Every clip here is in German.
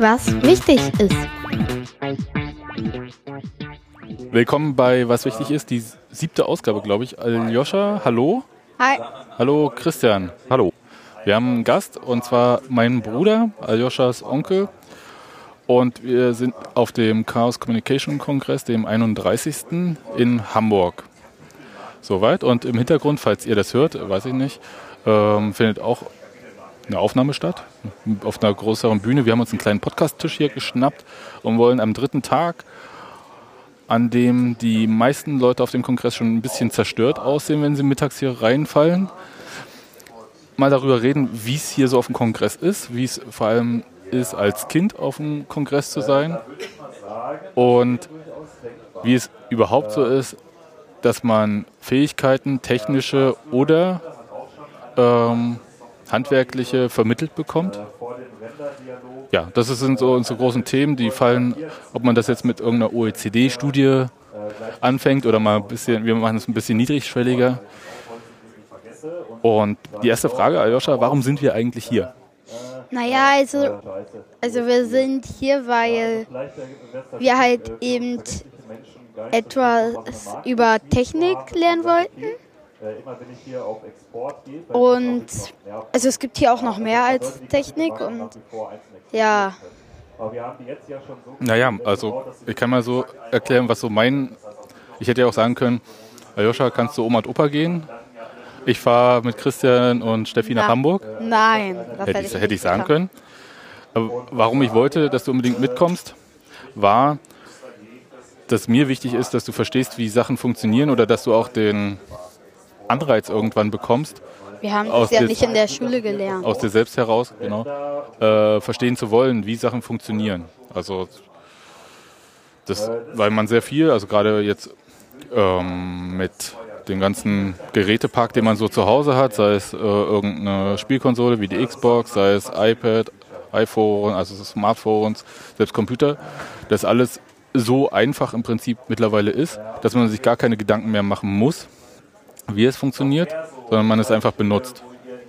was wichtig ist. Willkommen bei Was wichtig ist, die 7. Ausgabe, glaube ich. Aljoscha, hallo. Hi. Hallo Christian. Hallo. Wir haben einen Gast, und zwar meinen Bruder, Aljoschas Onkel. Und wir sind auf dem Chaos Communication Kongress, dem 31. in Hamburg. Soweit. Und im Hintergrund, falls ihr das hört, weiß ich nicht, findet auch eine Aufnahme statt, auf einer größeren Bühne. Wir haben uns einen kleinen Podcast-Tisch hier geschnappt und wollen am 3. Tag, an dem die meisten Leute auf dem Kongress schon ein bisschen zerstört aussehen, wenn sie mittags hier reinfallen, mal darüber reden, wie es hier so auf dem Kongress ist, wie es vor allem ist, als Kind auf dem Kongress zu sein und wie es überhaupt so ist, dass man Fähigkeiten, technische oder handwerkliche vermittelt bekommt. Ja, das sind so unsere großen Themen, die fallen, ob man das jetzt mit irgendeiner OECD-Studie anfängt oder mal ein bisschen, wir machen es ein bisschen niedrigschwelliger. Und die erste Frage, Aljoscha, warum sind wir eigentlich hier? Naja, also wir sind hier, weil wir halt eben etwas über Technik lernen wollten. Und also es gibt hier auch noch mehr als Technik und ja. Naja, also ich kann mal so erklären, was so ich hätte ja auch sagen können, Aljoscha, kannst du Oma und Opa gehen? Ich fahre mit Christian und Steffi nach Hamburg. Nein, das hätte ich sagen können. Aber warum ich wollte, dass du unbedingt mitkommst, war, dass mir wichtig ist, dass du verstehst, wie Sachen funktionieren oder dass du auch den Anreiz irgendwann bekommst. Wir haben das ja nicht in der Schule gelernt. Aus dir selbst heraus, genau. Verstehen zu wollen, wie Sachen funktionieren. Also weil man sehr viel, also gerade jetzt mit dem ganzen Gerätepark, den man so zu Hause hat, sei es irgendeine Spielkonsole wie die Xbox, sei es iPad, iPhone, also Smartphones, selbst Computer, das alles so einfach im Prinzip mittlerweile ist, dass man sich gar keine Gedanken mehr machen muss, wie es funktioniert, sondern man es einfach benutzt.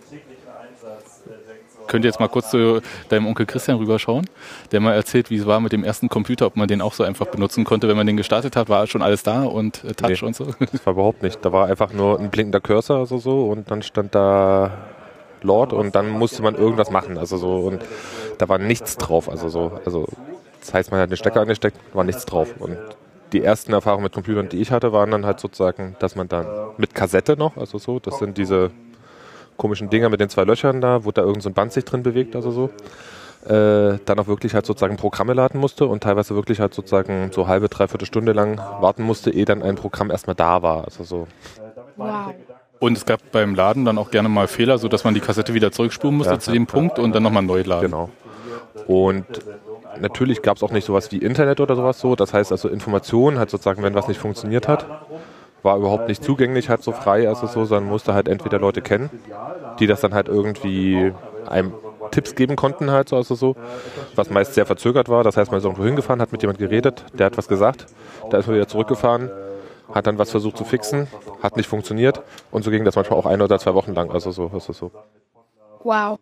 Könnt ihr jetzt mal kurz zu deinem Onkel Christian rüberschauen, der mal erzählt, wie es war mit dem ersten Computer, ob man den auch so einfach benutzen konnte, wenn man den gestartet hat, war schon alles da und Touch und so? Das war überhaupt nicht. Da war einfach nur ein blinkender Cursor also so und dann stand da Lord und dann musste man irgendwas machen, also so, und da war nichts drauf, also das heißt, man hat den Stecker angesteckt, war nichts drauf. Und die ersten Erfahrungen mit Computern, die ich hatte, waren dann halt sozusagen, dass man dann mit Kassette noch, also so, das sind diese komischen Dinger mit den 2 Löchern da, wo da irgend so ein Band sich drin bewegt, also so, dann auch wirklich halt sozusagen Programme laden musste und teilweise wirklich halt sozusagen so halbe, dreiviertel Stunde lang warten musste, ehe dann ein Programm erstmal da war, also so. Wow. Und es gab beim Laden dann auch gerne mal Fehler, sodass man die Kassette wieder zurückspulen musste zu dem Punkt und dann nochmal neu laden. Genau. Und natürlich gab es auch nicht sowas wie Internet oder sowas so. Das heißt also Informationen halt sozusagen, wenn was nicht funktioniert hat, war überhaupt nicht zugänglich, halt so frei, also so, sondern musste halt entweder Leute kennen, die das dann halt irgendwie einem Tipps geben konnten halt so, also so, was meist sehr verzögert war. Das heißt, man ist irgendwo hingefahren, hat mit jemand geredet, der hat was gesagt, da ist man wieder zurückgefahren, hat dann was versucht zu fixen, hat nicht funktioniert und so ging das manchmal auch 1 oder 2 Wochen lang, also so. Wow.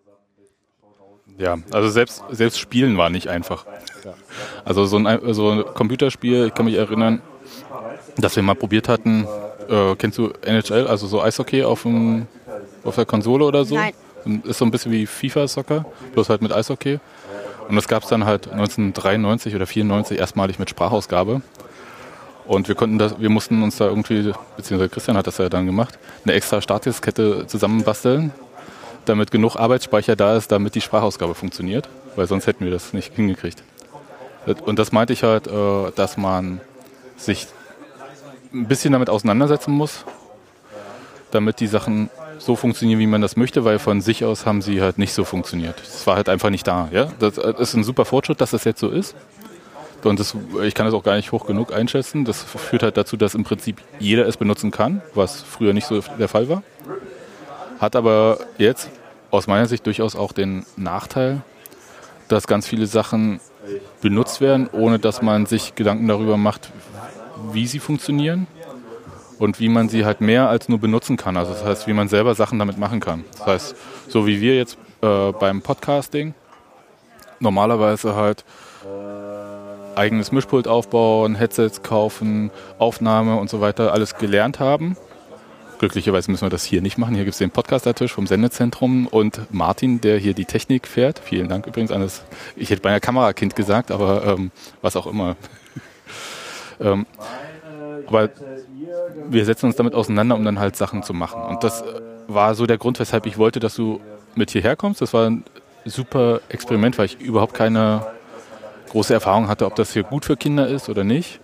Ja, also selbst Spielen war nicht einfach. Also so ein Computerspiel, ich kann mich erinnern, dass wir mal probiert hatten, kennst du NHL, also so Eishockey auf der Konsole oder so? Nein. Ist so ein bisschen wie FIFA-Soccer, bloß halt mit Eishockey. Und das gab es dann halt 1993 oder 94 erstmalig mit Sprachausgabe. Und wir mussten uns da irgendwie, beziehungsweise Christian hat das ja dann gemacht, eine extra Startdiskette zusammenbasteln, damit genug Arbeitsspeicher da ist, damit die Sprachausgabe funktioniert, weil sonst hätten wir das nicht hingekriegt. Und das meinte ich halt, dass man sich ein bisschen damit auseinandersetzen muss, damit die Sachen so funktionieren, wie man das möchte, weil von sich aus haben sie halt nicht so funktioniert. Es war halt einfach nicht da. Ja? Das ist ein super Fortschritt, dass das jetzt so ist. Und ich kann das auch gar nicht hoch genug einschätzen. Das führt halt dazu, dass im Prinzip jeder es benutzen kann, was früher nicht so der Fall war. Hat aber jetzt aus meiner Sicht durchaus auch den Nachteil, dass ganz viele Sachen benutzt werden, ohne dass man sich Gedanken darüber macht, wie sie funktionieren und wie man sie halt mehr als nur benutzen kann. Also das heißt, wie man selber Sachen damit machen kann. Das heißt, so wie wir jetzt beim Podcasting normalerweise halt eigenes Mischpult aufbauen, Headsets kaufen, Aufnahme und so weiter, alles gelernt haben. Glücklicherweise müssen wir das hier nicht machen. Hier gibt es den Podcaster-Tisch vom Sendezentrum und Martin, der hier die Technik fährt. Vielen Dank übrigens an das, ich hätte beinahe Kamerakind gesagt, aber was auch immer. Aber wir setzen uns damit auseinander, um dann halt Sachen zu machen. Und das war so der Grund, weshalb ich wollte, dass du mit hierher kommst. Das war ein super Experiment, weil ich überhaupt keine große Erfahrung hatte, ob das hier gut für Kinder ist oder nicht.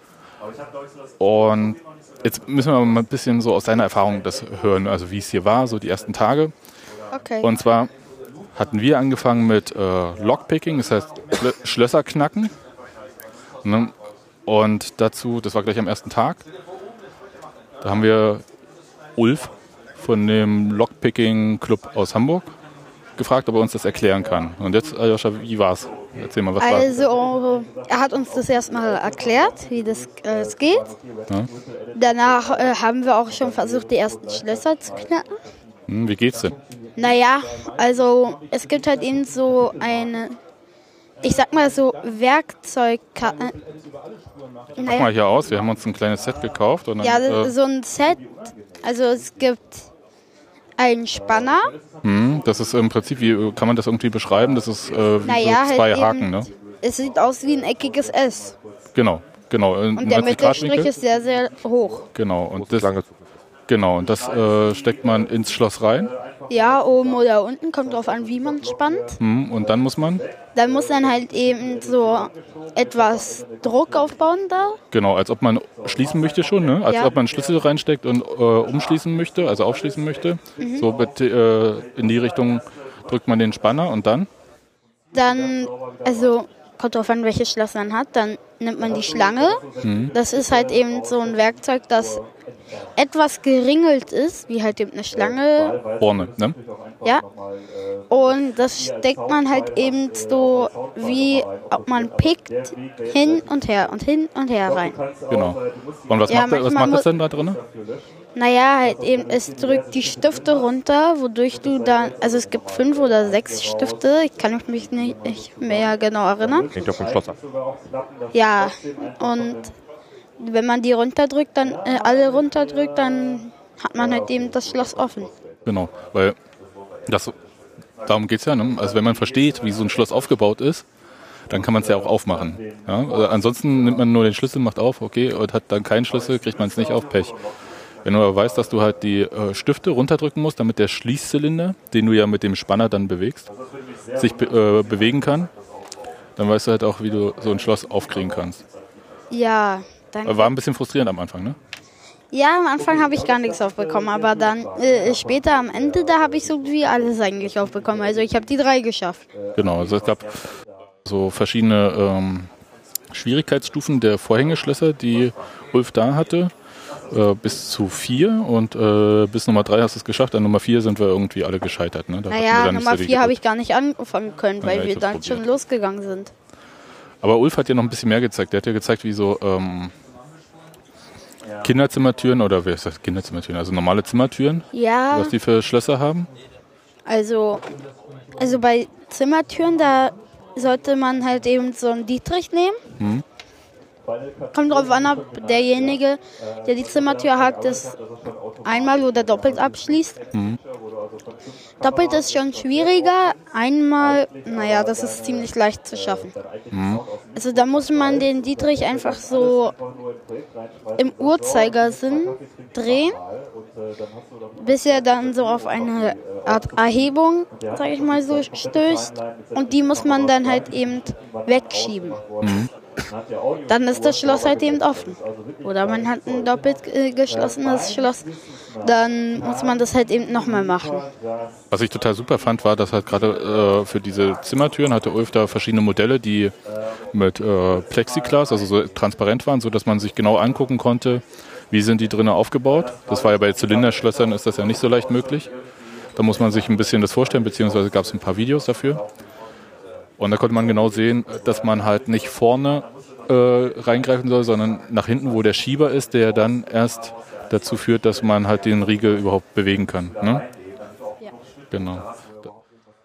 Und jetzt müssen wir mal ein bisschen so aus deiner Erfahrung das hören, also wie es hier war, so die ersten Tage. Okay. Und zwar hatten wir angefangen mit Lockpicking, das heißt Schlösser knacken. Und dazu, das war gleich am ersten Tag, da haben wir Ulf von dem Lockpicking-Club aus Hamburg gefragt, ob er uns das erklären kann. Und jetzt, Aljoscha, wie war's? Erzähl mal, was war. Also, er hat uns das erstmal erklärt, wie das geht. Ja. Danach haben wir auch schon versucht, die ersten Schlösser zu knacken. Wie geht's denn? Naja, also es gibt halt eben so eine, ich sag mal so Werkzeug. Pack mal hier aus, wir haben uns ein kleines Set gekauft. Und dann, ja, so ein Set, also es gibt einen Spanner. Das ist im Prinzip, wie kann man das irgendwie beschreiben? Das ist wie naja, so zwei halt Haken, eben, ne? Es sieht aus wie ein eckiges S. Genau. Und der Mittelstrich ist sehr, sehr hoch. Genau, und das steckt man ins Schloss rein. Ja, oben oder unten, kommt drauf an, wie man spannt. Und dann muss man? Dann muss dann halt eben so etwas Druck aufbauen da. Genau, als ob man schließen möchte schon, ne? Als ob man einen Schlüssel reinsteckt und umschließen möchte, also aufschließen möchte. So in die Richtung drückt man den Spanner und dann? Dann, also kommt drauf an, welches Schloss man hat, dann nimmt man die Schlange. Das ist halt eben so ein Werkzeug, das etwas geringelt ist, wie halt eben eine Schlange. Vorne, ne? Ja. Und das steckt man halt eben so, wie ob man pickt, hin und her rein. Genau. Und was macht das denn da drin? Naja, halt eben, es drückt die Stifte runter, wodurch du dann, also es gibt 5 oder 6 Stifte, ich kann mich nicht mehr genau erinnern. Hängt auf dem Schloss ab. Ja, und wenn man die runterdrückt, dann alle runterdrückt, dann hat man halt eben das Schloss offen. Genau, weil darum geht es ja, ne? Also wenn man versteht, wie so ein Schloss aufgebaut ist, dann kann man es ja auch aufmachen. Ja? Also ansonsten nimmt man nur den Schlüssel, macht auf, okay, und hat dann keinen Schlüssel, kriegt man es nicht auf, Pech. Wenn du aber weißt, dass du halt die Stifte runterdrücken musst, damit der Schließzylinder, den du ja mit dem Spanner dann bewegst, sich bewegen kann, dann weißt du halt auch, wie du so ein Schloss aufkriegen kannst. Ja, danke. War ein bisschen frustrierend am Anfang, ne? Ja, am Anfang habe ich gar nichts aufbekommen, aber dann später am Ende, da habe ich so wie alles eigentlich aufbekommen. Also ich habe die 3 geschafft. Genau, also es gab so verschiedene Schwierigkeitsstufen der Vorhängeschlösser, die Ulf da hatte. Bis zu 4 und bis Nummer 3 hast du es geschafft. An Nummer 4 sind wir irgendwie alle gescheitert. Ne? Naja, Nummer 4 habe ich gar nicht anfangen können, weil wir dann schon losgegangen sind. Aber Ulf hat ja noch ein bisschen mehr gezeigt. Der hat ja gezeigt, wie so Kinderzimmertüren oder wie heißt das? Kinderzimmertüren, also normale Zimmertüren, was die für Schlösser haben. Also bei Zimmertüren, da sollte man halt eben so einen Dietrich nehmen. Kommt drauf an, ob derjenige, der die Zimmertür hat, das einmal oder doppelt abschließt. Doppelt ist schon schwieriger, einmal, naja, das ist ziemlich leicht zu schaffen. Also da muss man den Dietrich einfach so im Uhrzeigersinn drehen, bis er dann so auf eine Art Erhebung, sag ich mal so, stößt. Und die muss man dann halt eben wegschieben. Dann ist das Schloss halt eben offen. Oder man hat ein doppelt geschlossenes Schloss, dann muss man das halt eben nochmal machen. Was ich total super fand, war, dass halt gerade für diese Zimmertüren hatte Ulf da verschiedene Modelle, die mit Plexiglas, also so transparent waren, sodass man sich genau angucken konnte, wie sind die drinnen aufgebaut. Das war ja bei Zylinderschlössern ist das ja nicht so leicht möglich. Da muss man sich ein bisschen das vorstellen, beziehungsweise gab es ein paar Videos dafür. Und da konnte man genau sehen, dass man halt nicht vorne reingreifen soll, sondern nach hinten, wo der Schieber ist, der dann erst dazu führt, dass man halt den Riegel überhaupt bewegen kann. Ne? Ja. Genau.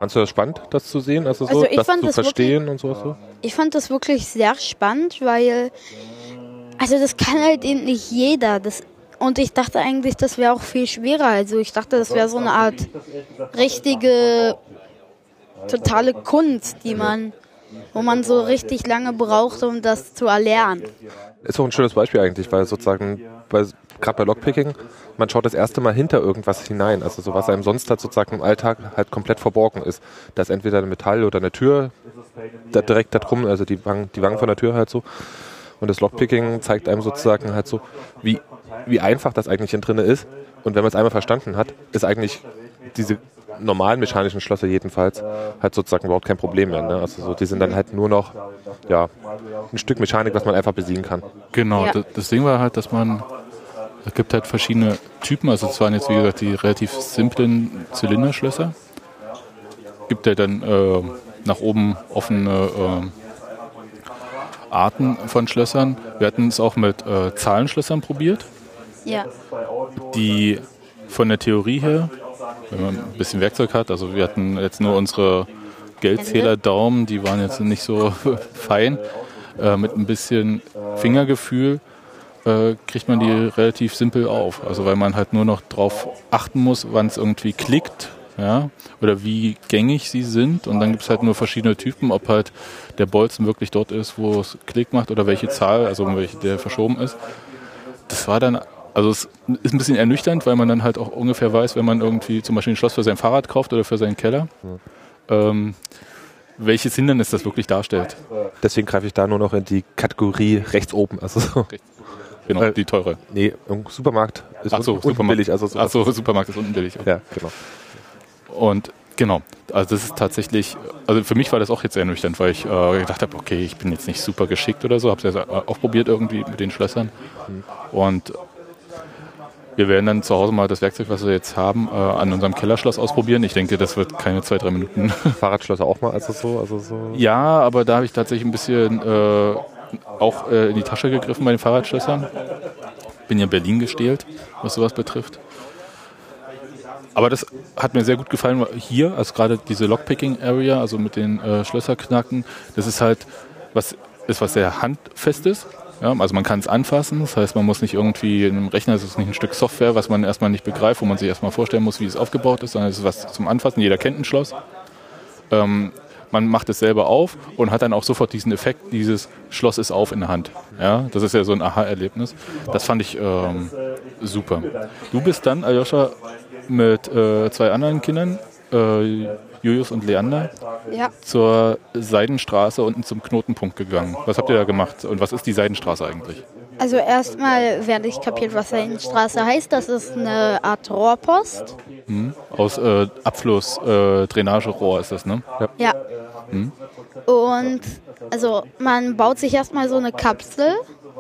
Fandst du das spannend, das zu sehen, also so, ich das fand zu das verstehen und sowas so? Ich fand das wirklich sehr spannend, weil, also das kann halt eben nicht jeder. Und ich dachte eigentlich, das wäre auch viel schwerer. Also ich dachte, das wäre so eine Art richtige, totale Kunst, wo man so richtig lange braucht, um das zu erlernen. Ist auch ein schönes Beispiel eigentlich, weil sozusagen, gerade bei Lockpicking, man schaut das erste Mal hinter irgendwas hinein, also so was einem sonst halt sozusagen im Alltag halt komplett verborgen ist. Da ist entweder ein Metall oder eine Tür direkt da drum, also die Wangen von der Tür halt so. Und das Lockpicking zeigt einem sozusagen halt so, wie einfach das eigentlich drin ist. Und wenn man es einmal verstanden hat, ist eigentlich diese normalen mechanischen Schlösser jedenfalls halt sozusagen überhaupt kein Problem mehr. Ne? Also so, die sind dann halt nur noch ein Stück Mechanik, was man einfach besiegen kann. Genau, ja. Das Ding war halt, es gibt halt verschiedene Typen, also es waren jetzt wie gesagt die relativ simplen Zylinderschlösser. Gibt ja dann nach oben offene Arten von Schlössern. Wir hatten es auch mit Zahlenschlössern probiert. Ja. Die von der Theorie her, wenn man ein bisschen Werkzeug hat, also wir hatten jetzt nur unsere Geldzähler-Daumen, die waren jetzt nicht so fein. Mit ein bisschen Fingergefühl kriegt man die relativ simpel auf. Also weil man halt nur noch drauf achten muss, wann es irgendwie klickt, ja, oder wie gängig sie sind. Und dann gibt es halt nur verschiedene Typen, ob halt der Bolzen wirklich dort ist, wo es Klick macht oder welche Zahl, also welche der verschoben ist. Das war dann, also es ist ein bisschen ernüchternd, weil man dann halt auch ungefähr weiß, wenn man irgendwie zum Beispiel ein Schloss für sein Fahrrad kauft oder für seinen Keller, welches Hindernis das wirklich darstellt. Deswegen greife ich da nur noch in die Kategorie rechts oben. Also so. Genau, die teure. Nee, im Supermarkt ist unten billig. Supermarkt ist unten billig. Okay. Ja, genau. Und genau, also das ist tatsächlich, also für mich war das auch jetzt ernüchternd, weil ich gedacht habe, okay, ich bin jetzt nicht super geschickt oder so, habe es ja auch probiert irgendwie mit den Schlössern. Und wir werden dann zu Hause mal das Werkzeug, was wir jetzt haben, an unserem Kellerschloss ausprobieren. Ich denke, das wird keine 2-3 Minuten. Fahrradschlösser auch mal, also so. Ja, aber da habe ich tatsächlich ein bisschen auch in die Tasche gegriffen bei den Fahrradschlössern. Bin ja in Berlin gestählt, was sowas betrifft. Aber das hat mir sehr gut gefallen hier, also gerade diese Lockpicking-Area, also mit den Schlösserknacken. Das ist halt was sehr handfest ist. Ja, also man kann es anfassen, das heißt, man muss nicht irgendwie in einem Rechner, es ist nicht ein Stück Software, was man erstmal nicht begreift, wo man sich erstmal vorstellen muss, wie es aufgebaut ist, sondern es ist was zum Anfassen. Jeder kennt ein Schloss. Man macht es selber auf und hat dann auch sofort diesen Effekt, dieses Schloss ist auf in der Hand. Ja, das ist ja so ein Aha-Erlebnis. Das fand ich super. Du bist dann, Aljoscha, mit 2 anderen Kindern, Julius und Leander, zur Seidenstraße unten zum Knotenpunkt gegangen. Was habt ihr da gemacht und was ist die Seidenstraße eigentlich? Also erstmal werde ich kapiert, was Seidenstraße heißt. Das ist eine Art Rohrpost. Aus Abfluss, Drainagerohr ist das, ne? Ja. Und also man baut sich erstmal so eine Kapsel.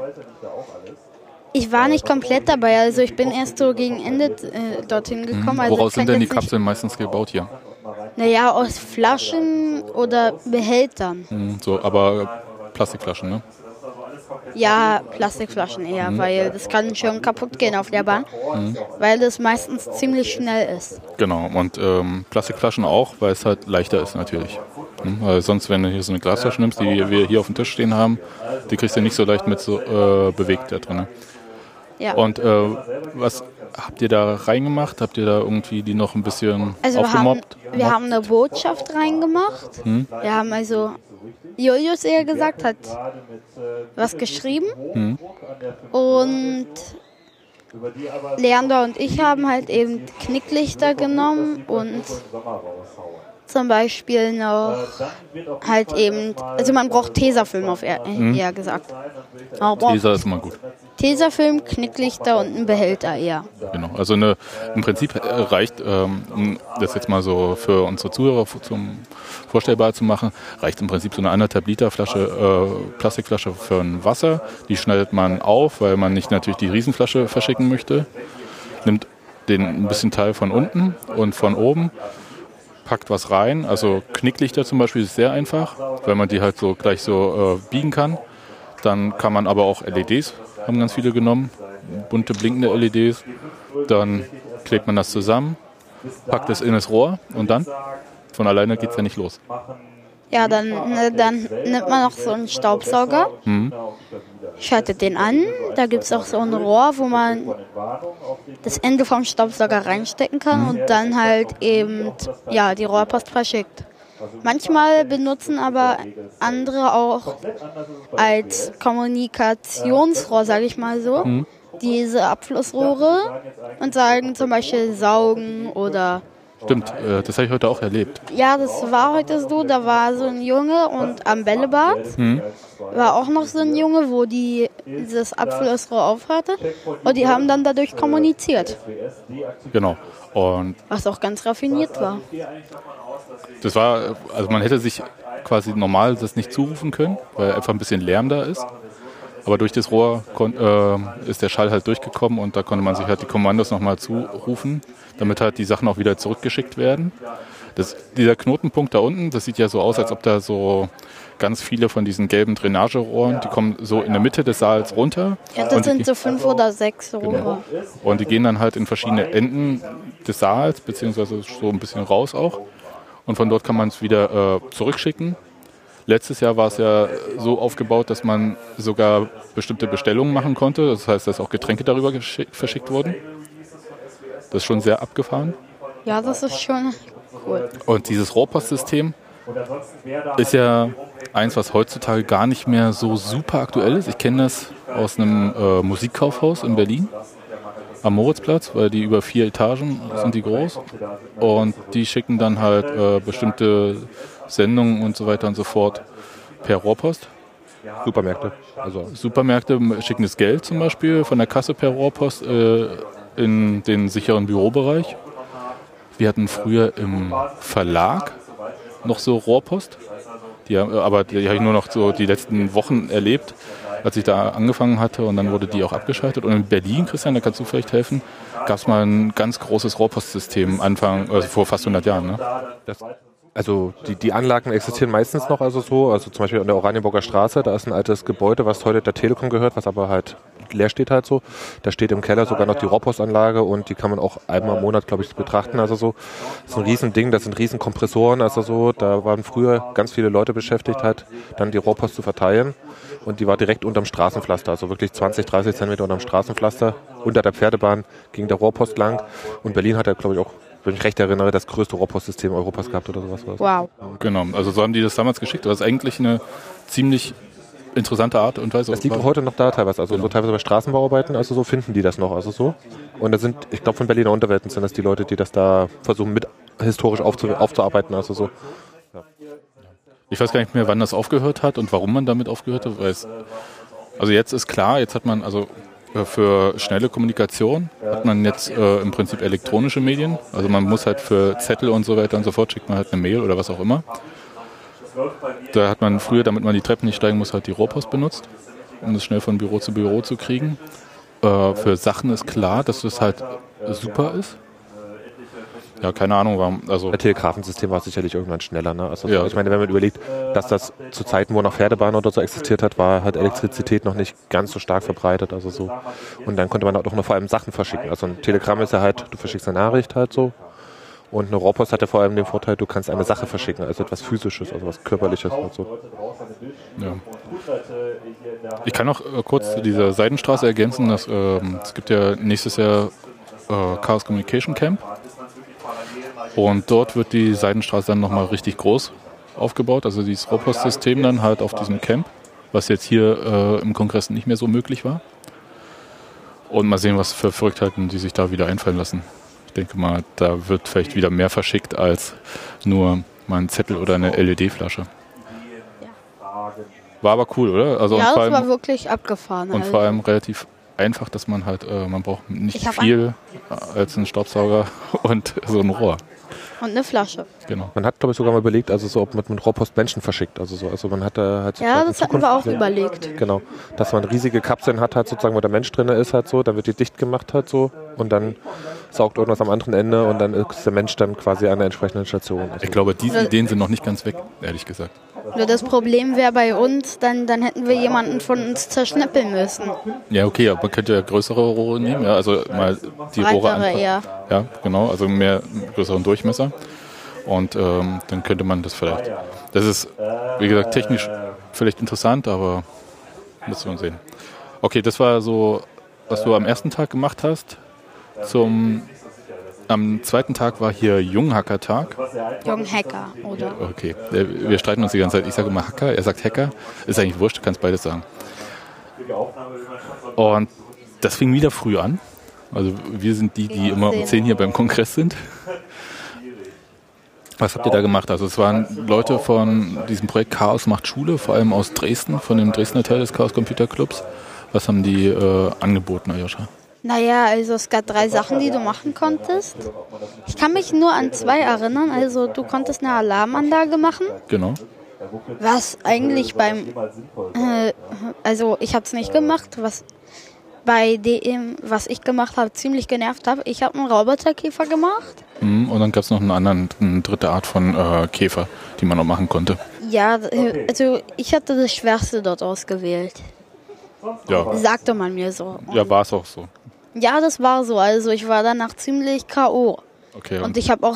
Ich war nicht komplett dabei, also ich bin erst so gegen Ende dorthin gekommen. Also woraus sind denn die Kapseln meistens gebaut hier? Naja, aus Flaschen oder Behältern. Aber Plastikflaschen, ne? Ja, Plastikflaschen eher, weil das kann schon kaputt gehen auf der Bahn, weil das meistens ziemlich schnell ist. Genau, und Plastikflaschen auch, weil es halt leichter ist natürlich. Weil sonst, wenn du hier so eine Glasflasche nimmst, die wir hier auf dem Tisch stehen haben, die kriegst du nicht so leicht mit so bewegt da drin. Ja. Und was habt ihr da reingemacht? Habt ihr da irgendwie die noch ein bisschen aufgemobbt? Wir haben eine Botschaft reingemacht. Wir haben also, Julius eher gesagt, hat was geschrieben. Und Leander und ich haben halt eben Knicklichter genommen und zum Beispiel noch halt eben, also man braucht Tesafilm eher gesagt. Tesa ist immer gut. Tesafilm, Knicklichter und ein Behälter eher. Genau, also im Prinzip reicht, um das jetzt mal so für unsere Zuhörer vorstellbar zu machen, reicht im Prinzip so eine 1,5 Liter Plastikflasche für ein Wasser. Die schneidet man auf, weil man nicht natürlich die Riesenflasche verschicken möchte. Nimmt ein bisschen Teil von unten und von oben, packt was rein. Also Knicklichter zum Beispiel ist sehr einfach, weil man die halt so gleich so biegen kann. Dann kann man aber auch LEDs, haben ganz viele genommen, bunte blinkende LEDs. Dann klebt man das zusammen, packt es in das Rohr und dann? von alleine geht es ja nicht los. Ja, dann nimmt man noch so einen Staubsauger, schaltet den an. Da gibt es auch so ein Rohr, wo man das Ende vom Staubsauger reinstecken kann und dann halt eben die Rohrpost verschickt. Manchmal benutzen aber andere auch als Kommunikationsrohr, sage ich mal so, diese Abflussrohre und sagen zum Beispiel saugen oder... Stimmt, das habe ich heute auch erlebt. Ja, das war heute so, da war so ein Junge und am Bällebad war auch noch so ein Junge, wo dieses Abflussrohr aufhatte und die haben dann dadurch kommuniziert. Genau. Und was auch ganz raffiniert war. Das war, also man hätte sich quasi normal das nicht zurufen können, weil einfach ein bisschen Lärm da ist. Aber durch das Rohr ist der Schall halt durchgekommen und da konnte man sich halt die Kommandos nochmal zurufen, damit halt die Sachen auch wieder zurückgeschickt werden. Dieser Knotenpunkt da unten, das sieht ja so aus, als ob da so ganz viele von diesen gelben Drainagerohren, die kommen so in der Mitte des Saals runter. Ja, das sind so 5 oder 6 Rohre. Genau. Und die gehen dann halt in verschiedene Enden des Saals, beziehungsweise so ein bisschen raus auch. Und von dort kann man es wieder zurückschicken. Letztes Jahr war es ja so aufgebaut, dass man sogar bestimmte Bestellungen machen konnte. Das heißt, dass auch Getränke darüber verschickt wurden. Das ist schon sehr abgefahren. Ja, das ist schon cool. Und dieses Rohrpostsystem ist ja eins, was heutzutage gar nicht mehr so super aktuell ist. Ich kenne das aus einem Musikkaufhaus in Berlin am Moritzplatz, weil die über 4 Etagen sind die groß. Und die schicken dann halt bestimmte Sendungen und so weiter und so fort per Rohrpost. Supermärkte. Supermärkte schicken das Geld zum Beispiel von der Kasse per Rohrpost in den sicheren Bürobereich. Wir hatten früher im Verlag noch so Rohrpost. Aber die habe ich nur noch so die letzten Wochen erlebt, als ich da angefangen hatte und dann wurde die auch abgeschaltet. Und in Berlin, Christian, da kannst du vielleicht helfen, gab es mal ein ganz großes Rohrpostsystem vor fast 100 Jahren. Ne? Also die Anlagen existieren meistens noch also zum Beispiel an der Oranienburger Straße, da ist ein altes Gebäude, was heute der Telekom gehört, was aber halt leer steht halt so. Da steht im Keller sogar noch die Rohrpostanlage und die kann man auch einmal im Monat, glaube ich, betrachten. Also so, das ist ein Riesending, das sind riesen Kompressoren, also so, da waren früher ganz viele Leute beschäftigt halt, dann die Rohrpost zu verteilen und die war direkt unterm Straßenpflaster, also wirklich 20, 30 Zentimeter unterm Straßenpflaster. Unter der Pferdebahn ging der Rohrpost lang und Berlin hat ja, glaube ich, auch, wenn ich mich recht erinnere, das größte Rohrpostsystem Europas gehabt oder sowas. Wow. Genau, also so haben die das damals geschickt. Das ist eigentlich eine ziemlich interessante Art und Weise. Das liegt auch heute noch da teilweise, also so teilweise bei Straßenbauarbeiten, also so finden die das noch, also so. Und da sind, ich glaube von Berliner Unterwelten sind das die Leute, die das da versuchen mit historisch aufzuarbeiten, also so. Ja. Ich weiß gar nicht mehr, wann das aufgehört hat und warum man damit aufgehört hat. Also jetzt ist klar, jetzt hat man also für schnelle Kommunikation hat man jetzt im Prinzip elektronische Medien. Also man muss halt für Zettel und so weiter und so fort, schickt man halt eine Mail oder was auch immer. Da hat man früher, damit man die Treppen nicht steigen muss, halt die Rohrpost benutzt, um das schnell von Büro zu kriegen. Für Sachen ist klar, dass das halt super ist. Ja, keine Ahnung, warum. Also das Telegrafensystem war sicherlich irgendwann schneller. Ne? Also ja. Ich meine, wenn man überlegt, dass das zu Zeiten, wo noch Pferdebahn oder so existiert hat, war halt Elektrizität noch nicht ganz so stark verbreitet. Also so. Und dann konnte man auch noch vor allem Sachen verschicken. Also ein Telegramm ist ja halt, du verschickst eine Nachricht halt so. Und eine Rohrpost hat ja vor allem den Vorteil, du kannst eine Sache verschicken, also etwas Physisches, also was Körperliches und so. Ja. Ich kann noch kurz zu dieser Seidenstraße ergänzen, dass es gibt ja nächstes Jahr Chaos Communication Camp. Und dort wird die Seidenstraße dann nochmal richtig groß aufgebaut, also dieses Rohrpostsystem dann halt auf diesem Camp, was jetzt hier im Kongress nicht mehr so möglich war. Und mal sehen, was für Verrücktheiten die sich da wieder einfallen lassen. Ich denke mal, da wird vielleicht wieder mehr verschickt als nur mal ein Zettel oder eine LED-Flasche. War aber cool, oder? Also ja, das war wirklich abgefahren. Und vor allem relativ einfach, dass man halt, man braucht nicht viel als einen Staubsauger und so ein Rohr. Und eine Flasche. Genau. Man hat, glaube ich, sogar mal überlegt, also so, ob man mit Rohrpost Menschen verschickt. Also man hat halt ja, das hatten wir auch überlegt. Genau, dass man riesige Kapseln hat, halt sozusagen, wo der Mensch drin ist, halt so, dann wird die dicht gemacht halt so und dann saugt irgendwas am anderen Ende und dann ist der Mensch dann quasi an der entsprechenden Station. Also ich glaube, diese Ideen sind noch nicht ganz weg, ehrlich gesagt. Nur das Problem wäre bei uns, dann hätten wir jemanden von uns zerschnippeln müssen. Ja, okay, aber man könnte ja größere Rohre nehmen, ja, also mal die Rohre eher. Ja, genau, also mehr größeren Durchmesser. Und dann könnte man das vielleicht. Das ist, wie gesagt, technisch vielleicht interessant, aber müssen wir sehen. Okay, das war so, was du am ersten Tag gemacht hast. Am zweiten Tag war hier Junghacker-Tag. Junghacker, oder? Okay, wir streiten uns die ganze Zeit. Ich sage immer Hacker, er sagt Hacker. Ist eigentlich wurscht, du kannst beides sagen. Und das fing wieder früh an. Also wir sind die immer um 10 hier beim Kongress sind. Was habt ihr da gemacht? Also es waren Leute von diesem Projekt Chaos macht Schule, vor allem aus Dresden, von dem Dresdner Teil des Chaos Computer Clubs. Was haben die angeboten, Aljoscha? Naja, also es gab 3 Sachen, die du machen konntest. Ich kann mich nur an 2 erinnern. Also du konntest eine Alarmanlage machen. Genau. Was eigentlich also ich habe es nicht gemacht, was bei dem, was ich gemacht habe, ziemlich genervt habe. Ich habe einen Roboterkäfer gemacht. Und dann gab es noch eine dritte Art von Käfer, die man noch machen konnte. Ja, also ich hatte das Schwerste dort ausgewählt. Ja. Sagte man mir so. Ja, war es auch so. Ja, das war so. Also ich war danach ziemlich K.O. Okay, und ich habe auch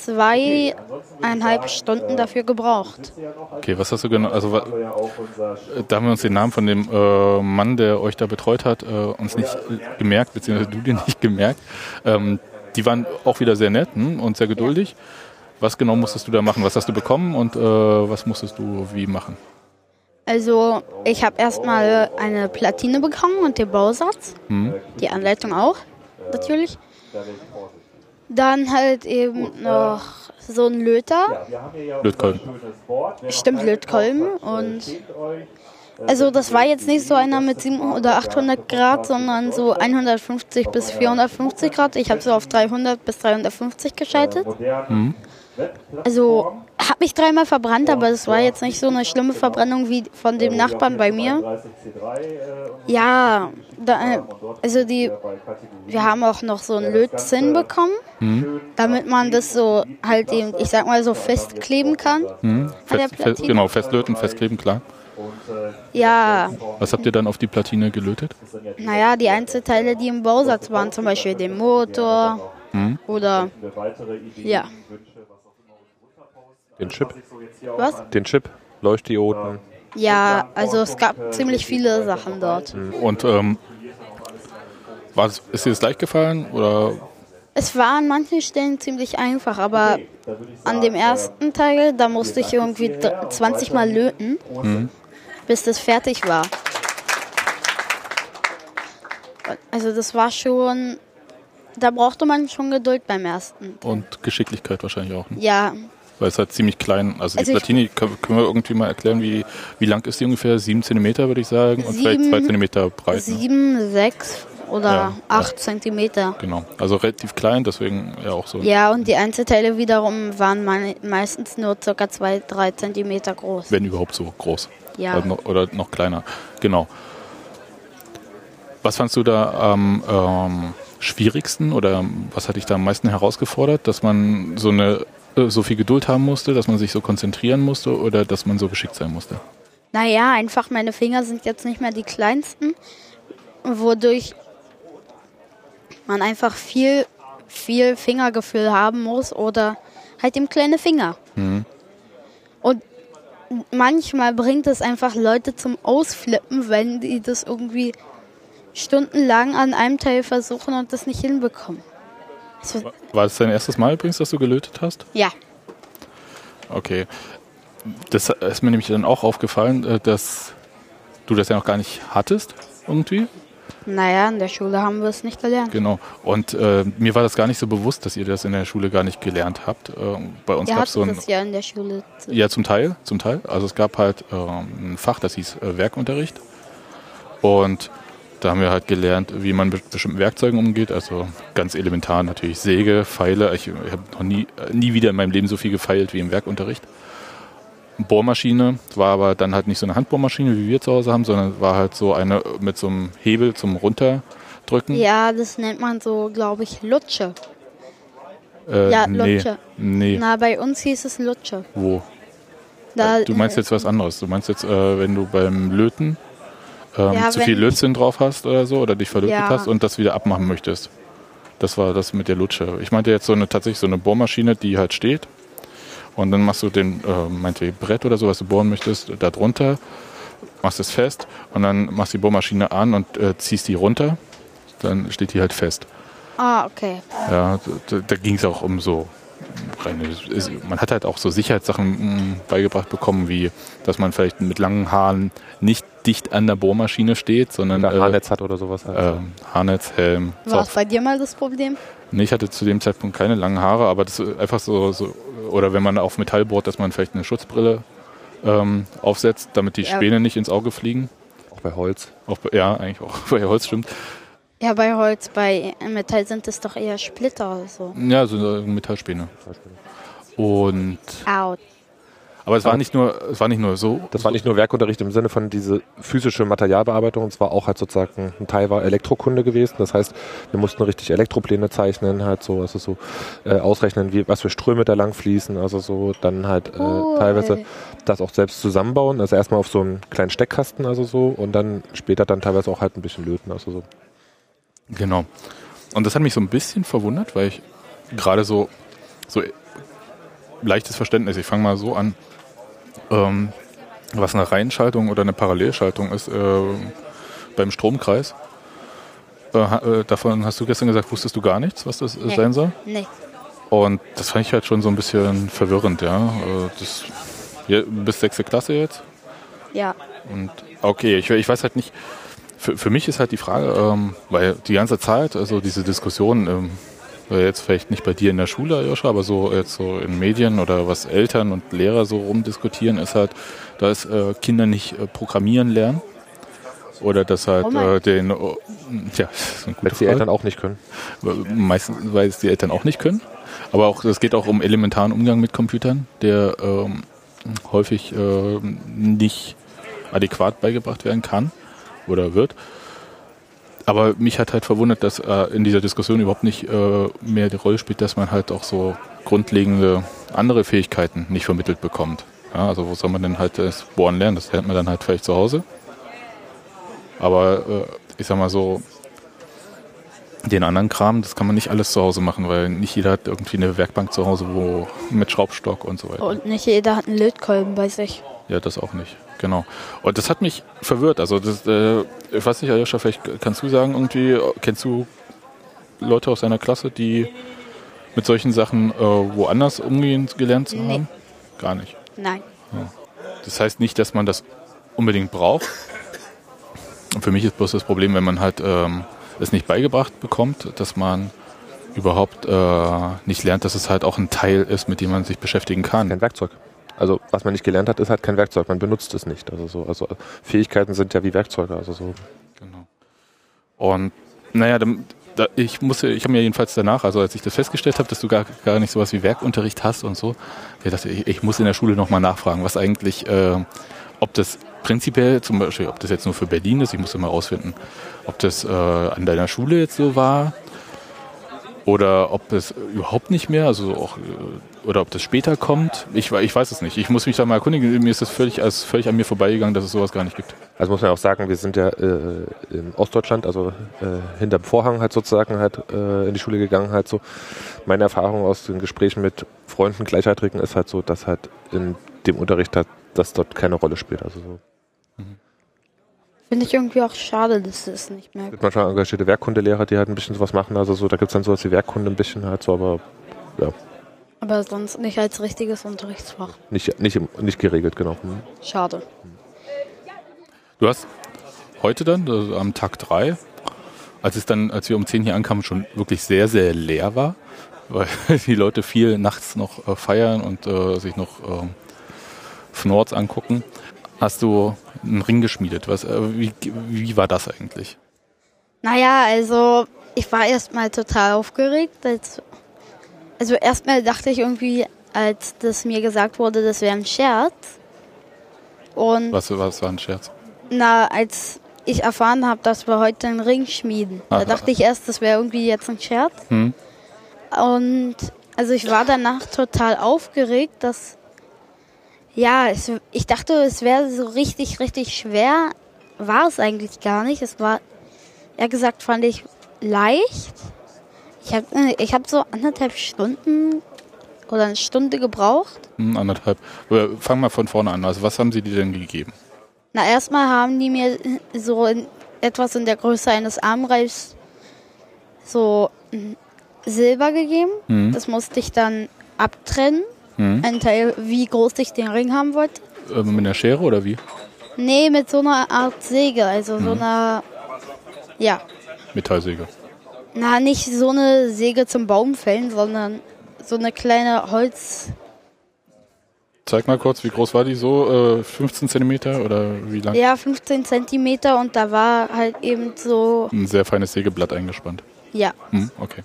2,5 Stunden dafür gebraucht. Okay, was hast du genau? Also da haben wir uns den Namen von dem Mann, der euch da betreut hat, uns nicht gemerkt, beziehungsweise du dir nicht gemerkt. Die waren auch wieder sehr nett und sehr geduldig. Was genau musstest du da machen? Was hast du bekommen und was musstest du wie machen? Also ich habe erstmal eine Platine bekommen und den Bausatz. Die Anleitung auch, natürlich. Dann halt eben noch so ein Löter. Lötkolben. Stimmt, Lötkolben. Und also das war jetzt nicht so einer mit 700 oder 800 Grad, sondern so 150 bis 450 Grad. Ich habe so auf 300 bis 350 geschaltet. Also habe mich 3-mal verbrannt, aber es war jetzt nicht so eine schlimme Verbrennung wie von dem Nachbarn bei mir. Ja, wir haben auch noch so einen Lötzinn bekommen, damit man das so halt eben, ich sag mal so festkleben kann. Genau, festlöten, festkleben, klar. Ja. Was habt ihr dann auf die Platine gelötet? Naja, die Einzelteile, die im Bausatz waren, zum Beispiel den Motor oder ja. Den Chip? Was? Den Chip, Leuchtdioden. Ja, also es gab ziemlich viele Sachen dort. Und ist dir das leicht gefallen? Oder? Es war an manchen Stellen ziemlich einfach, aber an dem ersten Teil, da musste ich irgendwie 20 Mal löten, bis das fertig war. Also das war schon, da brauchte man schon Geduld beim ersten. Und Geschicklichkeit wahrscheinlich auch. Ne? Ja. Weil es halt ziemlich klein, also die Platine, können wir irgendwie mal erklären, wie lang ist die ungefähr? 7 Zentimeter würde ich sagen und vielleicht 2 Zentimeter breit. 7, 6 oder 8 Zentimeter. Genau, also relativ klein, deswegen ja auch so. Ja, und die Einzelteile wiederum waren meistens nur ca. 2-3 Zentimeter groß. Wenn überhaupt so groß. Ja. Oder noch kleiner, genau. Was fandst du da am schwierigsten oder was hat dich da am meisten herausgefordert, dass man so viel Geduld haben musste, dass man sich so konzentrieren musste oder dass man so geschickt sein musste? Naja, einfach meine Finger sind jetzt nicht mehr die kleinsten, wodurch man einfach viel Fingergefühl haben muss oder halt eben kleine Finger. Und manchmal bringt es einfach Leute zum Ausflippen, wenn die das irgendwie stundenlang an einem Teil versuchen und das nicht hinbekommen. War das dein erstes Mal übrigens, dass du gelötet hast? Ja. Okay. Das ist mir nämlich dann auch aufgefallen, dass du das ja noch gar nicht hattest, irgendwie. Naja, in der Schule haben wir es nicht gelernt. Genau. Und mir war das gar nicht so bewusst, dass ihr das in der Schule gar nicht gelernt habt. Bei uns gab es so das ja in der Schule. Ja, zum Teil. Also es gab halt ein Fach, das hieß Werkunterricht. Und da haben wir halt gelernt, wie man mit bestimmten Werkzeugen umgeht. Also ganz elementar natürlich Säge, Pfeile. Ich habe noch nie wieder in meinem Leben so viel gefeilt wie im Werkunterricht. Bohrmaschine, war aber dann halt nicht so eine Handbohrmaschine, wie wir zu Hause haben, sondern war halt so eine mit so einem Hebel zum Runterdrücken. Ja, das nennt man so, glaube ich, Lutsche. Ja, Lutsche. Nee. Na, bei uns hieß es Lutsche. Wo? Du meinst jetzt was anderes. Du meinst jetzt, wenn du beim Löten zu viel Lötzinn drauf hast oder so oder dich verlötet hast und das wieder abmachen möchtest. Das war das mit der Lutsche. Ich meinte jetzt tatsächlich so eine Bohrmaschine, die halt steht Und dann machst du den, meinetwegen Brett oder so, was du bohren möchtest, da drunter, machst es fest und dann machst du die Bohrmaschine an und ziehst die runter. Dann steht die halt fest. Ah, okay. Ja, da ging es auch um so man hat halt auch so Sicherheitssachen beigebracht bekommen, wie dass man vielleicht mit langen Haaren nicht dicht an der Bohrmaschine steht, sondern Haarnetz hat oder sowas. Haarnetz, Helm. War es bei dir mal das Problem? Nee, ich hatte zu dem Zeitpunkt keine langen Haare, aber das ist einfach so oder wenn man auf Metall bohrt, dass man vielleicht eine Schutzbrille aufsetzt, damit die Späne nicht ins Auge fliegen. Auch bei Holz. Eigentlich auch bei Holz, stimmt. Ja, bei Holz, bei Metall sind es doch eher Splitter oder so. Ja, so Metallspäne. Und Out. aber es war nicht nur so. Das war nicht nur Werkunterricht im Sinne von diese physische Materialbearbeitung, es war auch halt sozusagen ein Teil war Elektrokunde gewesen. Das heißt, wir mussten richtig Elektropläne zeichnen, halt so, also so ausrechnen, was für Ströme da lang fließen, also so dann halt teilweise das auch selbst zusammenbauen. Also erstmal auf so einen kleinen Steckkasten, also so, und dann später dann teilweise auch halt ein bisschen löten, also so. Genau. Und das hat mich so ein bisschen verwundert, weil ich gerade so leichtes Verständnis, ich fange mal so an, was eine Reihenschaltung oder eine Parallelschaltung ist beim Stromkreis. Davon hast du gestern gesagt, wusstest du gar nichts, was das sein soll? Nee. Und das fand ich halt schon so ein bisschen verwirrend, ja. Du bist 6. Klasse jetzt? Ja. Und okay, ich weiß halt nicht. Für mich ist halt die Frage, weil die ganze Zeit, also diese Diskussion, jetzt vielleicht nicht bei dir in der Schule, Joscha, aber so jetzt so in Medien oder was Eltern und Lehrer so rumdiskutieren, ist halt, dass Kinder nicht programmieren lernen. Oder dass halt das ist eine gute Weil die Eltern auch nicht können. Meistens, weil es die Eltern auch nicht können. Aber auch es geht auch um elementaren Umgang mit Computern, der häufig nicht adäquat beigebracht werden kann oder wird. Aber mich hat halt verwundert, dass in dieser Diskussion überhaupt nicht mehr die Rolle spielt, dass man halt auch so grundlegende andere Fähigkeiten nicht vermittelt bekommt. Ja, also wo soll man denn halt das Bohren lernen? Das lernt man dann halt vielleicht zu Hause. Aber ich sag mal so, den anderen Kram, das kann man nicht alles zu Hause machen, weil nicht jeder hat irgendwie eine Werkbank zu Hause, wo mit Schraubstock und so weiter. Und nicht jeder hat einen Lötkolben bei sich. Ja, das auch nicht. Genau. Und das hat mich verwirrt. Also das, ich weiß nicht, Aljoscha, vielleicht kannst du sagen, irgendwie, kennst du Leute aus deiner Klasse, die mit solchen Sachen woanders umgehen gelernt haben? Gar nicht. Nein. Ja. Das heißt nicht, dass man das unbedingt braucht. Und für mich ist bloß das Problem, wenn man halt es nicht beigebracht bekommt, dass man überhaupt nicht lernt, dass es halt auch ein Teil ist, mit dem man sich beschäftigen kann. Kein Werkzeug. Also was man nicht gelernt hat, ist halt kein Werkzeug. Man benutzt es nicht. Also Fähigkeiten sind ja wie Werkzeuge. Also so. Genau. Und naja, ich habe mir jedenfalls danach, also als ich das festgestellt habe, dass du gar nicht sowas wie Werkunterricht hast und so, ich dachte, ich muss in der Schule nochmal nachfragen, was eigentlich, ob das prinzipiell, zum Beispiel, ob das jetzt nur für Berlin ist, ich muss immer rausfinden, ob das an deiner Schule jetzt so war oder ob das überhaupt nicht mehr, also auch, oder ob das später kommt. Ich weiß es nicht. Ich muss mich da mal erkundigen. Mir ist das völlig an mir vorbeigegangen, dass es sowas gar nicht gibt. Also muss man auch sagen, wir sind ja in Ostdeutschland, also hinterm Vorhang halt sozusagen halt in die Schule gegangen halt so. Meine Erfahrung aus den Gesprächen mit Freunden, Gleichaltrigen ist halt so, dass halt in dem Unterricht halt das dort keine Rolle spielt. Also so. Finde ich irgendwie auch schade, dass es nicht mehr Es gibt manchmal engagierte Werkkundelehrer, die halt ein bisschen sowas machen. Also so, da gibt es dann sowas wie Werkkunde ein bisschen halt so, aber ja. Aber sonst nicht als richtiges Unterrichtsfach. Nicht geregelt, genau. Schade. Du hast heute dann, also am Tag 3, als wir um 10 hier ankamen, schon wirklich sehr, sehr leer war, weil die Leute viel nachts noch feiern und sich noch Fnords angucken, hast du einen Ring geschmiedet. Wie war das eigentlich? Naja, also ich war erstmal total aufgeregt. Also erstmal dachte ich irgendwie, als das mir gesagt wurde, das wäre ein Scherz. Und Was war ein Scherz? als ich erfahren habe, dass wir heute einen Ring schmieden, da dachte ich erst, das wäre irgendwie jetzt ein Scherz. Und also ich war danach total aufgeregt, dass ich dachte, es wäre so richtig, richtig schwer. War es eigentlich gar nicht. Es war, eher gesagt, fand ich leicht. Ich hab so 1,5 Stunden oder eine Stunde gebraucht. 1,5. Fang mal von vorne an. Also was haben sie dir denn gegeben? Na, erstmal haben die mir so etwas in der Größe eines Armreichs so Silber gegeben. Das musste ich dann abtrennen. Ein Teil, wie groß ich den Ring haben wollte. Mit einer Schere oder wie? Nee, mit so einer Art Säge, also so einer, ja. Metallsäge. Na, nicht so eine Säge zum Baumfällen, sondern so eine kleine Holz... Zeig mal kurz, wie groß war die so? 15 Zentimeter oder wie lang? Ja, 15 Zentimeter und da war halt eben so... Ein sehr feines Sägeblatt eingespannt. Ja. Okay.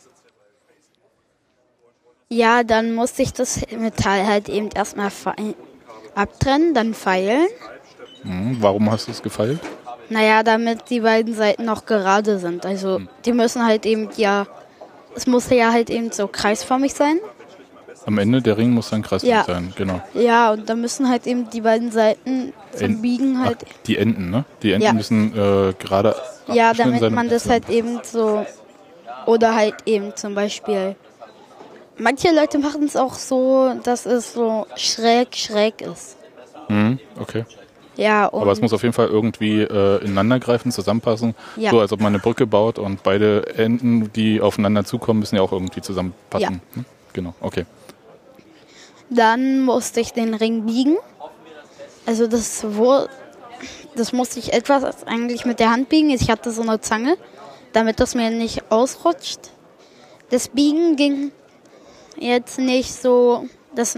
Ja, dann musste ich das Metall halt eben erstmal abtrennen, dann feilen. Warum hast du es gefeilt? Naja, damit die beiden Seiten noch gerade sind. Also die müssen halt eben es musste ja halt eben so kreisförmig sein. Am Ende der Ring muss dann kreisförmig sein, genau. Ja, und da müssen halt eben die beiden Seiten zum Biegen halt... Ach, die Enden, ne? Die Enden müssen gerade ja, damit sein, man das halt eben so... Oder halt eben zum Beispiel... Manche Leute machen es auch so, dass es so schräg ist. Okay. Ja, aber es muss auf jeden Fall irgendwie ineinander greifen, zusammenpassen. Ja. So, als ob man eine Brücke baut und beide Enden, die aufeinander zukommen, müssen ja auch irgendwie zusammenpassen. Ja. Genau, okay. Dann musste ich den Ring biegen. Also das musste ich etwas eigentlich mit der Hand biegen. Ich hatte so eine Zange, damit das mir nicht ausrutscht. Das Biegen ging jetzt nicht so,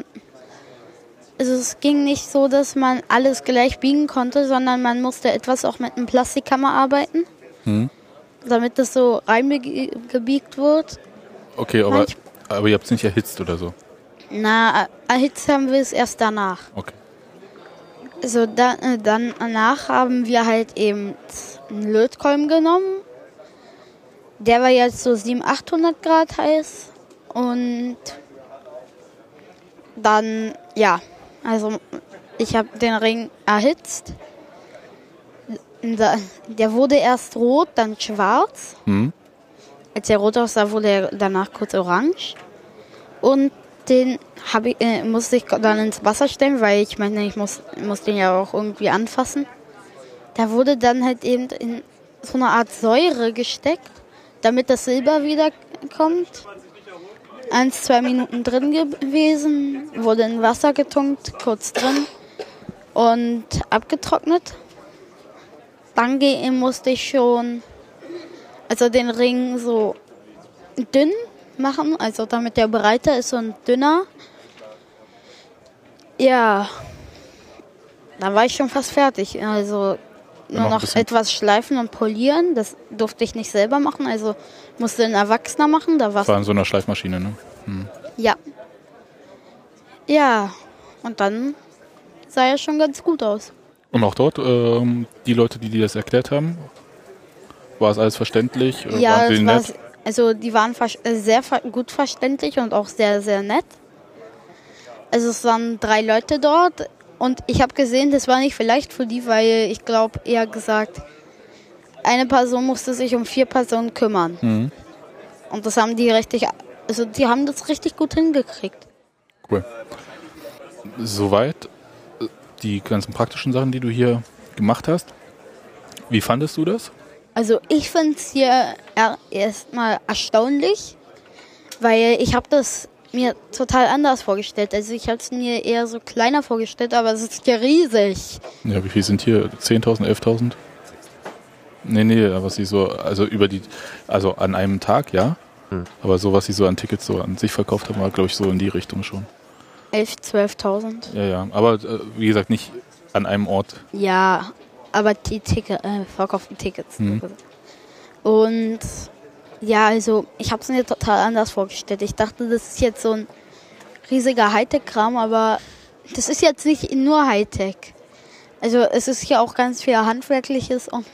es ging nicht so, dass man alles gleich biegen konnte, sondern man musste etwas auch mit einem Plastikhammer arbeiten, damit das so reingebiegt wird. Okay, aber ihr habt es nicht erhitzt oder so? Na, erhitzt haben wir es erst danach. Okay. Also dann danach haben wir halt eben einen Lötkolben genommen. Der war jetzt so 700-800 Grad heiß. Und dann, ja, also ich habe den Ring erhitzt. Der wurde erst rot, dann schwarz. Als er rot aussah, wurde er danach kurz orange. Und den musste ich dann ins Wasser stellen, weil ich meine, ich muss den ja auch irgendwie anfassen. Da wurde dann halt eben in so eine Art Säure gesteckt, damit das Silber wiederkommt. 1-2 Minuten drin gewesen, wurde in Wasser getunkt, kurz drin und abgetrocknet. Dann musste ich schon den Ring so dünn machen, also damit der breiter ist und dünner. Ja, dann war ich schon fast fertig. Also nur noch etwas schleifen und polieren. Das durfte ich nicht selber machen, also musste ein Erwachsener machen. Das war in so einer Schleifmaschine, ne? Ja. Ja, und dann sah er schon ganz gut aus. Und auch dort, die Leute, die dir das erklärt haben, war es alles verständlich? Ja, waren sie nett? Also die waren sehr gut verständlich und auch sehr, sehr nett. Also es waren 3 Leute dort und ich habe gesehen, das war nicht vielleicht für die, weil ich glaube, eher gesagt, eine Person musste sich um 4 Personen kümmern. Und das haben die die haben das richtig gut hingekriegt. Cool. Soweit die ganzen praktischen Sachen, die du hier gemacht hast. Wie fandest du das? Also ich finde es hier erstmal erstaunlich, weil ich habe das mir total anders vorgestellt. Also ich habe es mir eher so kleiner vorgestellt, aber es ist ja riesig. Ja, wie viel sind hier? 10.000, 11.000? Nee, was sie so, also an einem Tag, ja. Aber so, was sie so an Tickets so an sich verkauft haben, war, glaube ich, so in die Richtung schon. 11.000, 12.000. Ja, aber wie gesagt, nicht an einem Ort. Ja, aber die verkauften Tickets. Und ja, also ich habe es mir total anders vorgestellt. Ich dachte, das ist jetzt so ein riesiger Hightech-Kram, aber das ist jetzt nicht nur Hightech. Also es ist hier auch ganz viel Handwerkliches und...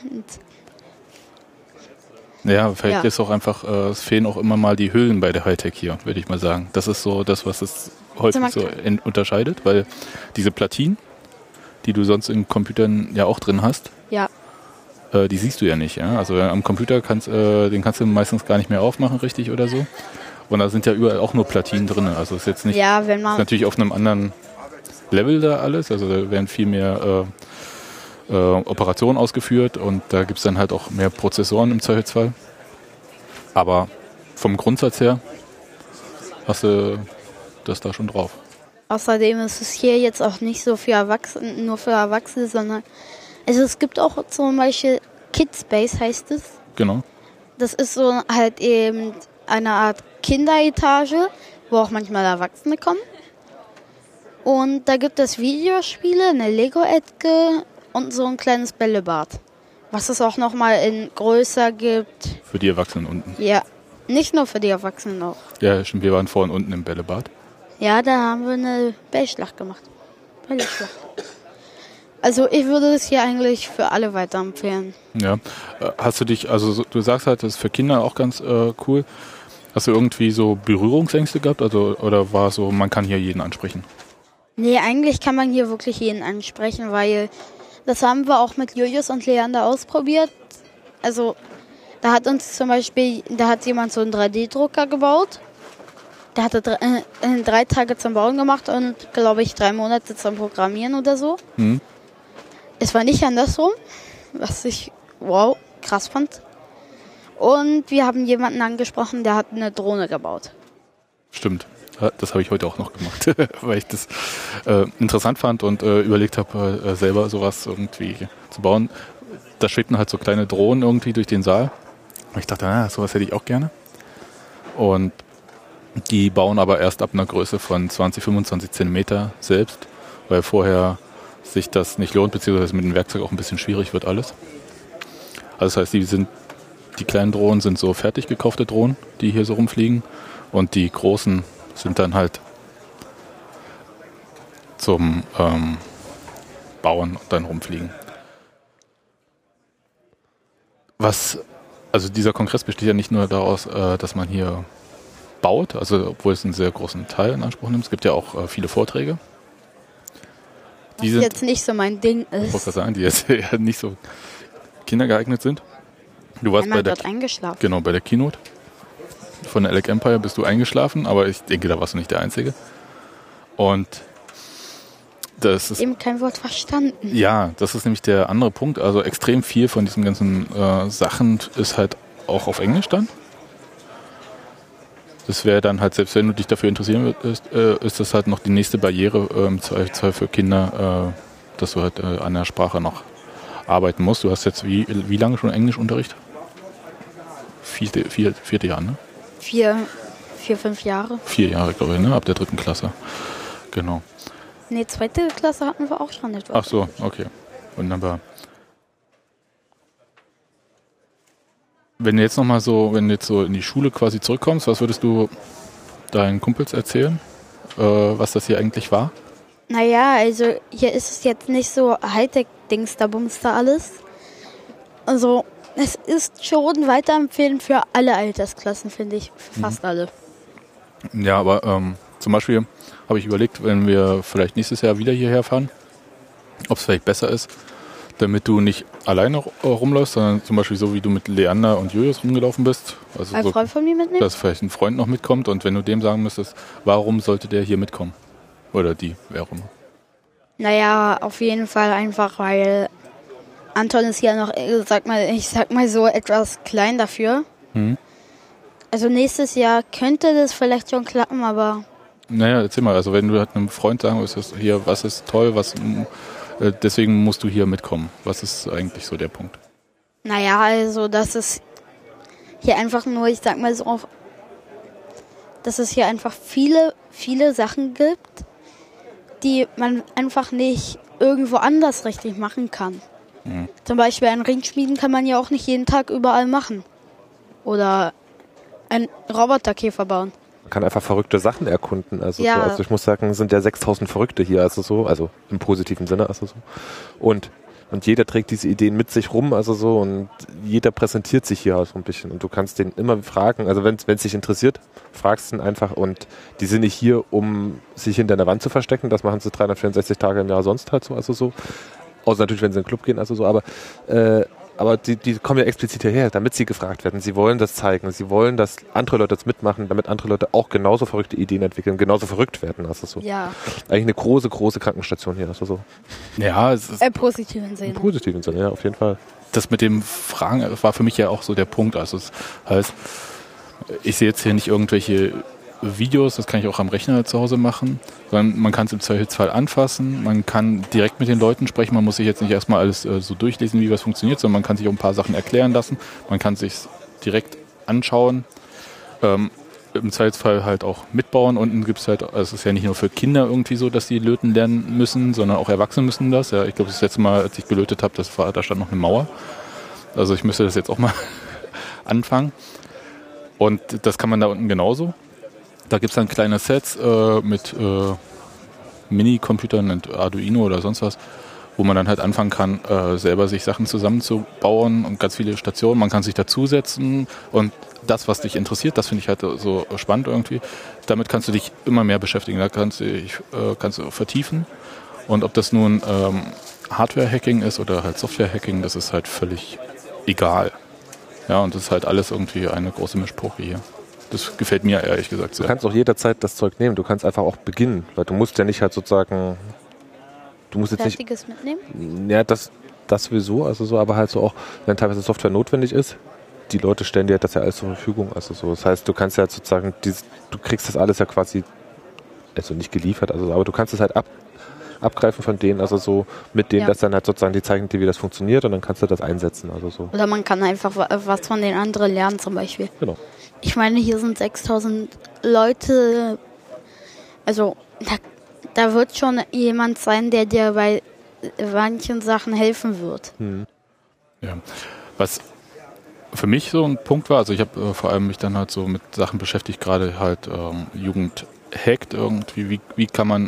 Ja, vielleicht ist auch einfach, es fehlen auch immer mal die Hüllen bei der Hightech hier, würde ich mal sagen. Das ist so das, was es häufig so unterscheidet, weil diese Platinen, die du sonst in Computern ja auch drin hast, die siehst du ja nicht. Ja? Also am Computer den kannst du meistens gar nicht mehr aufmachen, richtig oder so. Und da sind ja überall auch nur Platinen drin. Also ist jetzt nicht, Ja, wenn man ist natürlich auf einem anderen Level da alles. Also da werden viel mehr Operationen ausgeführt und da gibt es dann halt auch mehr Prozessoren im Zweifelsfall. Aber vom Grundsatz her hast du das da schon drauf. außerdem ist es hier jetzt auch nicht so für Erwachsene, nur für Erwachsene, sondern also es gibt auch zum Beispiel Kidspace heißt es. Genau. Das ist so halt eben eine Art Kinderetage, wo auch manchmal Erwachsene kommen. Und da gibt es Videospiele, eine Lego-Ecke und so ein kleines Bällebad. Was es auch nochmal in größer gibt. Für die Erwachsenen unten. Ja, nicht nur für die Erwachsenen auch. Ja, stimmt, wir waren vorhin unten im Bällebad. Ja, da haben wir eine Bällschlacht gemacht. Bällschlacht. Also ich würde es hier eigentlich für alle weiterempfehlen. Ja. Hast du dich, also du sagst halt, das ist für Kinder auch ganz cool. Hast du irgendwie so Berührungsängste gehabt? Also, oder war es so, man kann hier jeden ansprechen? Nee, eigentlich kann man hier wirklich jeden ansprechen, weil das haben wir auch mit Julius und Leander ausprobiert. Also da hat uns zum Beispiel, da hat jemand so einen 3D-Drucker gebaut. Der hatte 3 Tage zum Bauen gemacht und, glaube ich, 3 Monate zum Programmieren oder so. Mhm. Es war nicht andersrum, was ich, wow, krass fand. Und wir haben jemanden angesprochen, der hat eine Drohne gebaut. Stimmt. Das habe ich heute auch noch gemacht, weil ich das interessant fand und überlegt habe, selber sowas irgendwie zu bauen. Da schwebten halt so kleine Drohnen irgendwie durch den Saal. Und ich dachte, sowas hätte ich auch gerne. Und die bauen aber erst ab einer Größe von 20, 25 Zentimeter selbst, weil vorher sich das nicht lohnt, beziehungsweise mit dem Werkzeug auch ein bisschen schwierig wird alles. Also das heißt, die kleinen Drohnen sind so fertig gekaufte Drohnen, die hier so rumfliegen. Und die großen sind dann halt zum Bauen und dann rumfliegen. Also dieser Kongress besteht ja nicht nur daraus, dass man hier baut, also obwohl es einen sehr großen Teil in Anspruch nimmt. Es gibt ja auch viele Vorträge. Was jetzt nicht so mein Ding ist. Ich wollte sagen, die jetzt ja nicht so kindergeeignet sind. Du warst dort eingeschlafen. Genau, bei der Keynote von der Alec Empire bist du eingeschlafen, aber ich denke, da warst du nicht der Einzige. Und das ist eben kein Wort verstanden. Ja, das ist nämlich der andere Punkt. Also extrem viel von diesen ganzen Sachen ist halt auch auf Englisch dann. Das wäre dann halt, selbst wenn du dich dafür interessieren würdest, ist das halt noch die nächste Barriere im Zweifelsfall für Kinder, dass du halt an der Sprache noch arbeiten musst. Du hast jetzt wie lange schon Englischunterricht? Vierte Jahr, ne? 4, 5 Jahre. 4 Jahre, glaube ich, ne? Ab der 3. Klasse. Genau. Nee, 2. Klasse hatten wir auch schon etwas. Ach so, okay. Wunderbar. Wenn du jetzt so in die Schule quasi zurückkommst, was würdest du deinen Kumpels erzählen, was das hier eigentlich war? Naja, also hier ist es jetzt nicht so Hightech-Dings, da bumst da alles. Also es ist schon weiterempfehlen für alle Altersklassen, finde ich. Für fast alle. Ja, aber zum Beispiel habe ich überlegt, wenn wir vielleicht nächstes Jahr wieder hierher fahren, ob es vielleicht besser ist, damit du nicht alleine rumläufst, sondern zum Beispiel so, wie du mit Leander und Julius rumgelaufen bist. Also ein Freund von mir mitnehmen? Dass vielleicht ein Freund noch mitkommt und wenn du dem sagen müsstest, warum sollte der hier mitkommen? Oder die, wer auch immer. Naja, auf jeden Fall einfach, weil Anton ist ja noch, ich sag mal so etwas klein dafür. Also nächstes Jahr könnte das vielleicht schon klappen, aber... Naja, erzähl mal, also wenn du einem Freund sagen würdest, hier, was ist toll, deswegen musst du hier mitkommen. Was ist eigentlich so der Punkt? Naja, also dass es hier einfach nur, ich sag mal so, dass es hier einfach viele, viele Sachen gibt, die man einfach nicht irgendwo anders richtig machen kann. Zum Beispiel ein Ringschmieden kann man ja auch nicht jeden Tag überall machen. Oder einen Roboterkäfer bauen. Man kann einfach verrückte Sachen erkunden. Also ich muss sagen, es sind ja 6000 Verrückte hier, also im positiven Sinne. Und jeder trägt diese Ideen mit sich rum, und jeder präsentiert sich hier so ein bisschen. Und du kannst den immer fragen, also wenn es dich interessiert, fragst du ihn einfach. Und die sind nicht hier, um sich hinter einer Wand zu verstecken. Das machen sie 364 Tage im Jahr sonst halt so. Außer natürlich, wenn sie in den Club gehen, aber aber die kommen ja explizit hierher, damit sie gefragt werden. Sie wollen das zeigen. Sie wollen, dass andere Leute das mitmachen, damit andere Leute auch genauso verrückte Ideen entwickeln, genauso verrückt werden. Also so. Ja. Eigentlich eine große, große Krankenstation hier. Also so. Ja, es ist Im positiven Sinne. Im positiven Sinne, ja, auf jeden Fall. das mit dem Fragen, das war für mich ja auch so der Punkt. Also es heißt, ich sehe jetzt hier nicht irgendwelche Videos, das kann ich auch am Rechner zu Hause machen, sondern man kann es im Zweifelsfall anfassen, man kann direkt mit den Leuten sprechen, man muss sich jetzt nicht erstmal alles so durchlesen, wie was funktioniert, sondern man kann sich auch ein paar Sachen erklären lassen, man kann sich direkt anschauen, im Zweifelsfall halt auch mitbauen. Unten gibt es halt, also es ist ja nicht nur für Kinder irgendwie so, dass die löten lernen müssen, sondern auch Erwachsene müssen das. Ja, ich glaube, das letzte Mal, als ich gelötet habe, da stand noch eine Mauer. Also ich müsste das jetzt auch mal anfangen. Und das kann man da unten genauso. Da gibt es dann kleine Sets mit Mini-Computern und Arduino oder sonst was, wo man dann halt anfangen kann, selber sich Sachen zusammenzubauen und ganz viele Stationen. Man kann sich dazusetzen und das, was dich interessiert, das finde ich halt so spannend irgendwie. Damit kannst du dich immer mehr beschäftigen, da kannst du vertiefen. Und ob das nun Hardware-Hacking ist oder halt Software-Hacking, das ist halt völlig egal. Ja, und das ist halt alles irgendwie eine große Mischpoke hier. Das gefällt mir ehrlich gesagt sehr. Du kannst auch jederzeit das Zeug nehmen. Du kannst einfach auch beginnen, weil du musst ja nicht halt sozusagen, du musst jetzt Fertiges nicht mitnehmen? Ja, das sowieso, also so, aber halt so auch, wenn teilweise Software notwendig ist, die Leute stellen dir das ja alles zur Verfügung. Also so, das heißt, du kannst ja sozusagen, du kriegst das alles ja quasi, also nicht geliefert, also aber du kannst es halt abgreifen von denen, also so mit denen, dass dann halt sozusagen die zeigen dir, wie das funktioniert und dann kannst du das einsetzen. Also so. Oder man kann einfach was von den anderen lernen zum Beispiel. Genau. Ich meine, hier sind 6000 Leute, also da wird schon jemand sein, der dir bei manchen Sachen helfen wird. Ja. Was für mich so ein Punkt war, also ich habe vor allem mich dann halt so mit Sachen beschäftigt, gerade halt Jugend hackt irgendwie, wie kann man,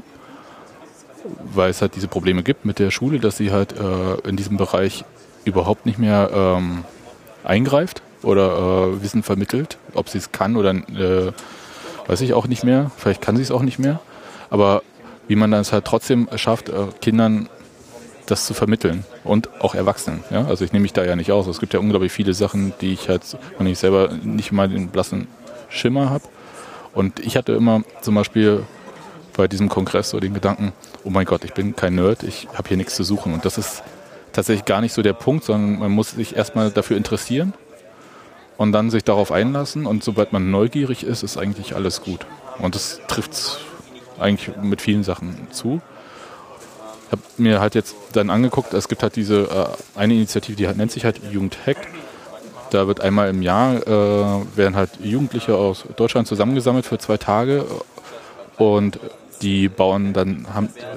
weil es halt diese Probleme gibt mit der Schule, dass sie halt in diesem Bereich überhaupt nicht mehr eingreift oder Wissen vermittelt, ob sie es kann oder weiß ich auch nicht mehr, vielleicht kann sie es auch nicht mehr, aber wie man das halt trotzdem schafft, Kindern das zu vermitteln und auch Erwachsenen. Ja? Also ich nehme mich da ja nicht aus. Es gibt ja unglaublich viele Sachen, die ich halt, wenn ich selber nicht mal den blassen Schimmer habe. Und ich hatte immer zum Beispiel bei diesem Kongress so den Gedanken, oh mein Gott, ich bin kein Nerd, ich habe hier nichts zu suchen. Und das ist tatsächlich gar nicht so der Punkt, sondern man muss sich erstmal dafür interessieren und dann sich darauf einlassen. Und sobald man neugierig ist, ist eigentlich alles gut. Und das trifft eigentlich mit vielen Sachen zu. Ich habe mir halt jetzt dann angeguckt, es gibt halt diese eine Initiative, die halt, nennt sich halt Jugend hackt. Da wird einmal im Jahr, werden halt Jugendliche aus Deutschland zusammengesammelt für 2 Tage und die bauen dann,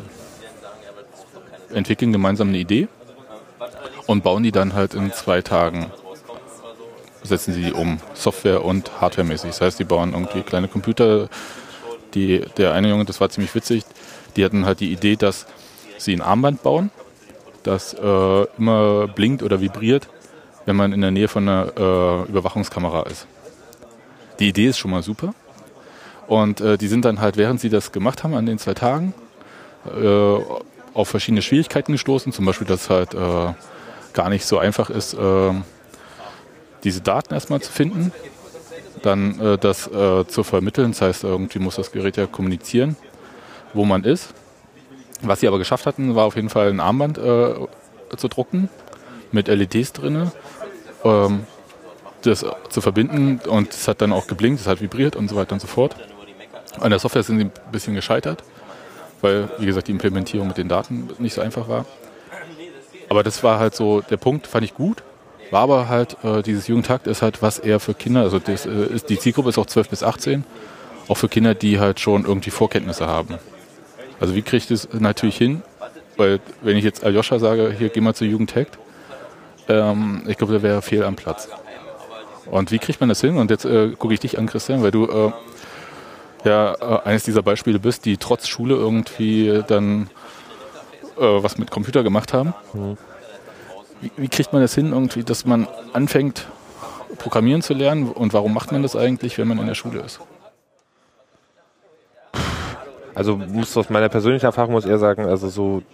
entwickeln gemeinsam eine Idee und bauen die dann halt in 2 Tagen, setzen sie die um, Software- und Hardware-mäßig. Das heißt, die bauen irgendwie kleine Computer. Der eine Junge, das war ziemlich witzig, die hatten halt die Idee, dass sie ein Armband bauen, das immer blinkt oder vibriert, wenn man in der Nähe von einer Überwachungskamera ist. Die Idee ist schon mal super. Und die sind dann halt, während sie das gemacht haben an den 2 Tagen, auf verschiedene Schwierigkeiten gestoßen. Zum Beispiel, dass es halt gar nicht so einfach ist, diese Daten erstmal zu finden. Dann das zu vermitteln, das heißt, irgendwie muss das Gerät ja kommunizieren, wo man ist. Was sie aber geschafft hatten, war auf jeden Fall ein Armband zu drucken mit LEDs drin, das zu verbinden und es hat dann auch geblinkt, es hat vibriert und so weiter und so fort. An der Software sind sie ein bisschen gescheitert, weil, wie gesagt, die Implementierung mit den Daten nicht so einfach war. Aber das war halt so, der Punkt fand ich gut, war aber halt, dieses Jugendhackt ist halt was eher für Kinder, also die Zielgruppe ist auch 12 bis 18, auch für Kinder, die halt schon irgendwie Vorkenntnisse haben. Also wie kriege ich das natürlich hin? Weil wenn ich jetzt Aljoscha sage, hier geh mal zur Jugend hackt, ich glaube, da wäre fehl am Platz. Und wie kriegt man das hin? Und jetzt gucke ich dich an, Christian, weil du eines dieser Beispiele bist, die trotz Schule irgendwie dann was mit Computer gemacht haben. Wie kriegt man das hin, irgendwie, dass man anfängt, Programmieren zu lernen? Und warum macht man das eigentlich, wenn man in der Schule ist? Also aus meiner persönlichen Erfahrung muss ich eher sagen, also so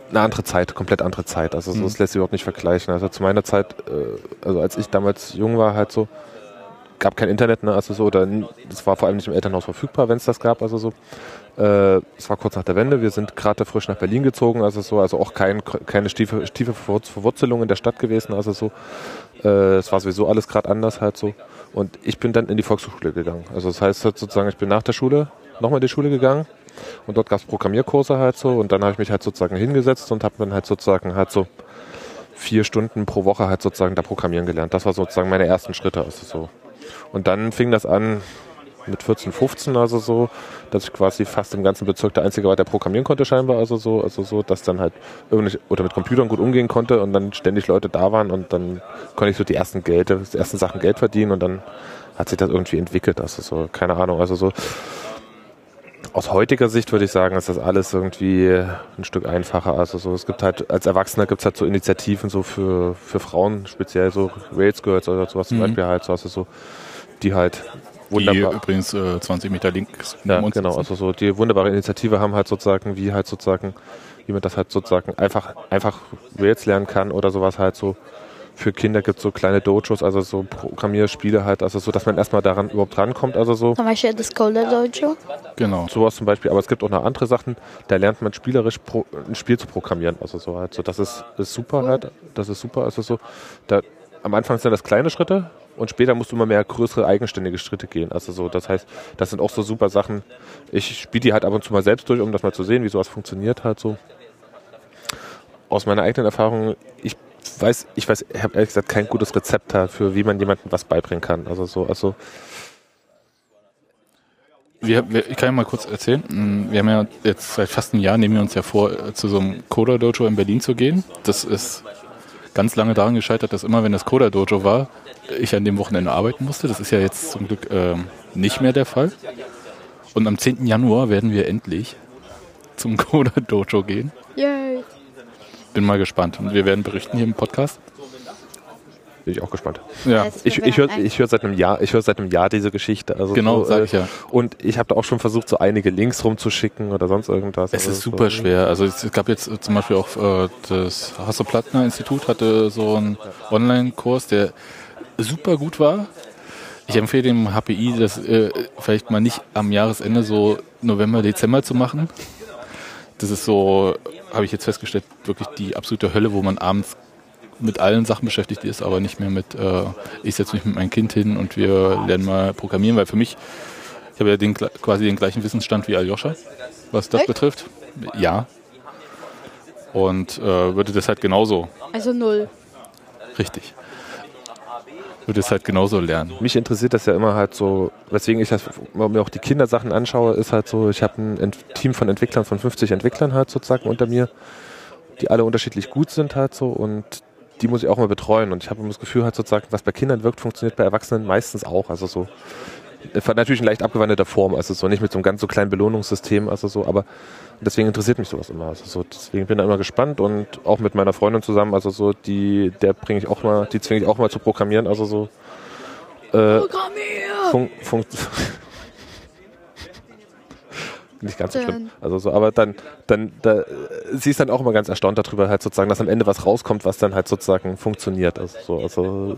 eine andere Zeit, komplett andere Zeit. Also so, das lässt sich überhaupt nicht vergleichen. Also zu meiner Zeit, also als ich damals jung war, halt so, gab kein Internet, ne, also so, oder das war vor allem nicht im Elternhaus verfügbar, wenn es das gab, also so. Es war kurz nach der Wende, wir sind gerade frisch nach Berlin gezogen, also so, also auch keine tiefe Verwurzelung in der Stadt gewesen, also so. Es war sowieso alles gerade anders halt so. Und ich bin dann in die Volkshochschule gegangen. Also das heißt halt sozusagen, ich bin nach der Schule nochmal in die Schule gegangen und dort gab es Programmierkurse halt so und dann habe ich mich halt sozusagen hingesetzt und habe dann halt sozusagen halt so 4 Stunden pro Woche halt sozusagen da programmieren gelernt. Das war sozusagen meine ersten Schritte, also so. Und dann fing das an mit 14, 15, also so, dass ich quasi fast im ganzen Bezirk der Einzige war, der programmieren konnte scheinbar, also so, dass dann halt oder mit Computern gut umgehen konnte und dann ständig Leute da waren und dann konnte ich so die ersten Sachen Geld verdienen und dann hat sich das irgendwie entwickelt, also so, keine Ahnung, also so. Aus heutiger Sicht würde ich sagen, ist das alles irgendwie ein Stück einfacher. Also so, es gibt halt, als Erwachsener gibt es halt so Initiativen so für Frauen, speziell so Rails Girls oder sowas zum Beispiel halt, so, also so, die halt wunderbar. Die übrigens 20 Meter links. Ja, genau, also so, die wunderbare Initiative haben halt sozusagen, wie man das halt sozusagen einfach Rails lernen kann oder sowas halt so. Für Kinder gibt es so kleine Dojos, also so Programmierspiele halt, also so, dass man erstmal daran überhaupt rankommt, also so. Zum Beispiel das Coder Dojo. Genau. Sowas zum Beispiel, aber es gibt auch noch andere Sachen, da lernt man spielerisch ein Spiel zu programmieren, also so halt, so, das ist super halt, das ist super, also so, da, am Anfang sind das kleine Schritte und später musst du immer mehr größere eigenständige Schritte gehen, also so, das heißt, das sind auch so super Sachen, ich spiele die halt ab und zu mal selbst durch, um das mal zu sehen, wie sowas funktioniert halt so. Aus meiner eigenen Erfahrung, ich habe ehrlich gesagt kein gutes Rezept dafür, wie man jemandem was beibringen kann. Also ich kann ja mal kurz erzählen. Wir haben ja jetzt seit fast einem Jahr, nehmen wir uns ja vor, zu so einem Coder Dojo in Berlin zu gehen. Das ist ganz lange daran gescheitert, dass immer, wenn das Coder Dojo war, ich an dem Wochenende arbeiten musste. Das ist ja jetzt zum Glück nicht mehr der Fall. Und am 10. Januar werden wir endlich zum Coder Dojo gehen. Yay. Bin mal gespannt. Und wir werden berichten hier im Podcast. Bin ich auch gespannt. Ja. Ich höre seit einem Jahr diese Geschichte. Also genau, so, sag ich ja. Und ich habe da auch schon versucht, so einige Links rumzuschicken oder sonst irgendwas. Es ist super schwer. Also es gab jetzt zum Beispiel auch das Hasso-Plattner-Institut hatte so einen Online-Kurs, der super gut war. Ich empfehle dem HPI, das vielleicht mal nicht am Jahresende so November, Dezember zu machen. Das ist so, habe ich jetzt festgestellt, wirklich die absolute Hölle, wo man abends mit allen Sachen beschäftigt ist, aber nicht mehr mit, ich setze mich mit meinem Kind hin und wir lernen mal programmieren, weil für mich, ich habe ja quasi den gleichen Wissensstand wie Aljoscha, was das betrifft. Ja. Und würde das halt genauso. Also 0. Richtig. Würde es halt genauso lernen. Mich interessiert das ja immer halt so, weswegen ich mir auch die Kindersachen anschaue, ist halt so, ich habe ein Team von Entwicklern, von 50 Entwicklern halt sozusagen unter mir, die alle unterschiedlich gut sind halt so und die muss ich auch mal betreuen und ich habe immer das Gefühl halt sozusagen, was bei Kindern wirkt, funktioniert bei Erwachsenen meistens auch, also so. Natürlich in leicht abgewandelter Form, also so nicht mit so einem ganz so kleinen Belohnungssystem, also so, aber deswegen interessiert mich sowas immer, also so, deswegen bin ich da immer gespannt und auch mit meiner Freundin zusammen, also so, die zwinge ich auch mal zu programmieren, also so. Nicht ganz so schlimm, also so, aber dann sie ist dann auch immer ganz erstaunt darüber halt sozusagen, dass am Ende was rauskommt, was dann halt sozusagen funktioniert, also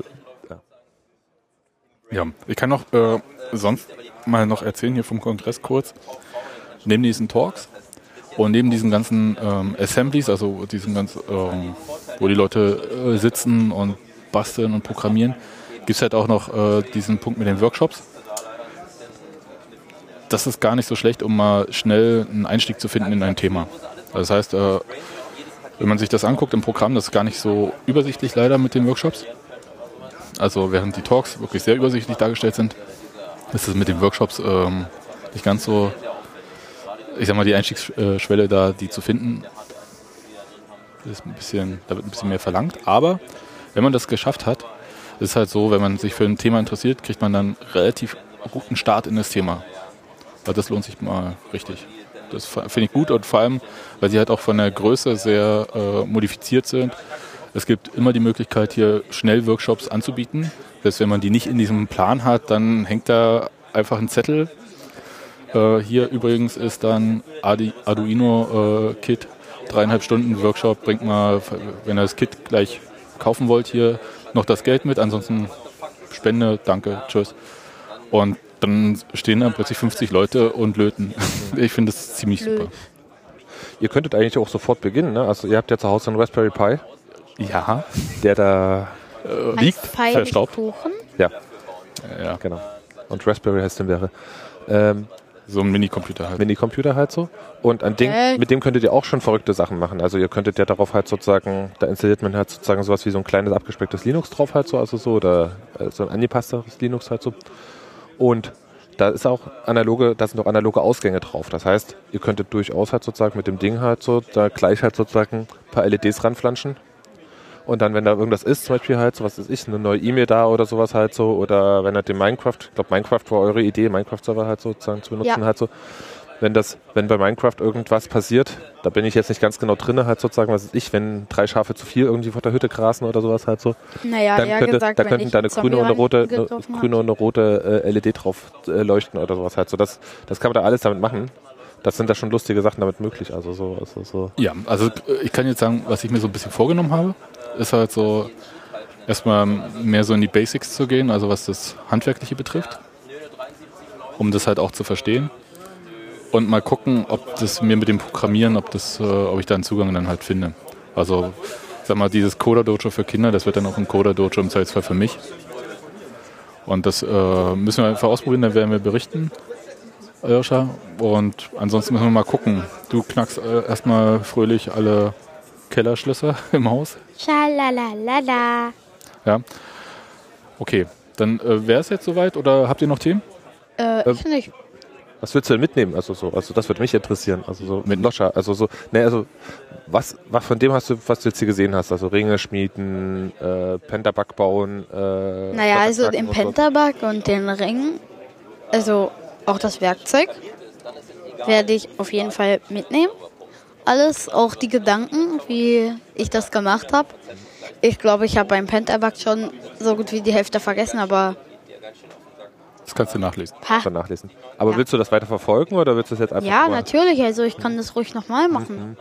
ja, ich kann noch sonst mal noch erzählen hier vom Kongress kurz. Neben diesen Talks und neben diesen ganzen Assemblies, also diesen ganzen, wo die Leute sitzen und basteln und programmieren, gibt es halt auch noch diesen Punkt mit den Workshops. Das ist gar nicht so schlecht, um mal schnell einen Einstieg zu finden in ein Thema. Das heißt, wenn man sich das anguckt im Programm, das ist gar nicht so übersichtlich leider mit den Workshops. Also während die Talks wirklich sehr übersichtlich dargestellt sind, ist es mit den Workshops nicht ganz so, ich sag mal, die Einstiegsschwelle da, die zu finden, da wird ein bisschen mehr verlangt. Aber wenn man das geschafft hat, ist es halt so, wenn man sich für ein Thema interessiert, kriegt man dann relativ guten Start in das Thema. Weil das lohnt sich mal richtig. Das finde ich gut und vor allem, weil sie halt auch von der Größe sehr modifiziert sind. Es gibt immer die Möglichkeit, hier schnell Workshops anzubieten. Selbst wenn man die nicht in diesem Plan hat, dann hängt da einfach ein Zettel. Hier übrigens ist dann Arduino-Kit. Und dann kann man 3,5 Stunden Workshop, bringt mal, wenn ihr das Kit gleich kaufen wollt, hier noch das Geld mit, ansonsten Spende, danke, tschüss. Und dann stehen da plötzlich 50 Leute und löten. Ich finde das ziemlich super. Ihr könntet eigentlich auch sofort beginnen, ne? Also ihr habt ja zu Hause einen Raspberry Pi. Ja. Der da liegt, verstaubt. Ja. Ja, genau. Und Raspberry heißt dann wäre. So ein Minicomputer halt. Minicomputer halt so. Und mit dem könntet ihr auch schon verrückte Sachen machen. Also ihr könntet ja darauf halt sozusagen, da installiert man halt sozusagen sowas wie so ein kleines abgespecktes Linux drauf halt so, also so, oder so ein angepasstes Linux halt so. Und da sind auch analoge Ausgänge drauf. Das heißt, ihr könntet durchaus halt sozusagen mit dem Ding halt so, da gleich halt sozusagen ein paar LEDs ranflanschen. Und dann, wenn da irgendwas ist, zum Beispiel halt, so was ist ich, eine neue E-Mail da oder sowas halt so, oder wenn halt den Minecraft, ich glaube Minecraft war eure Idee, Minecraft-Server halt sozusagen zu benutzen halt so. Wenn bei Minecraft irgendwas passiert, da bin ich jetzt nicht ganz genau drin, halt sozusagen, was ist ich, wenn 3 Schafe zu viel irgendwie vor der Hütte grasen oder sowas halt so. Naja, dann könnten da eine grüne und eine rote LED drauf leuchten oder sowas halt so. Das kann man da alles damit machen. Das sind da schon lustige Sachen damit möglich. Also so. Ja, also ich kann jetzt sagen, was ich mir so ein bisschen vorgenommen habe, ist halt so erstmal mehr so in die Basics zu gehen, also was das Handwerkliche betrifft, um das halt auch zu verstehen. Und mal gucken, ob das mir mit dem Programmieren, ob ich da einen Zugang dann halt finde. Also, sag mal, dieses Coder-Dojo für Kinder, das wird dann auch ein Coder-Dojo im Zweifelsfall für mich. Und das müssen wir einfach ausprobieren, dann werden wir berichten, Aljoscha. Und ansonsten müssen wir mal gucken. Du knackst erstmal fröhlich alle Kellerschlösser im Haus. Schalalalala. Ja. Okay, dann wäre es jetzt soweit oder habt ihr noch Themen? Ich nicht. Was willst du denn mitnehmen? Also das würde mich interessieren. Also so mit Loscha. Was von dem was du jetzt hier gesehen hast? Also Ringe schmieden, Pentabug bauen. Naja, also den Pentabug und den Ring, also auch das Werkzeug, werde ich auf jeden Fall mitnehmen. Alles, auch die Gedanken, wie ich das gemacht habe. Ich glaube, ich habe beim Pentabug schon so gut wie die Hälfte vergessen, aber das kannst du nachlesen. Aber willst du das weiter verfolgen oder willst du das jetzt einfach Ja, natürlich. Also ich kann das ruhig nochmal machen.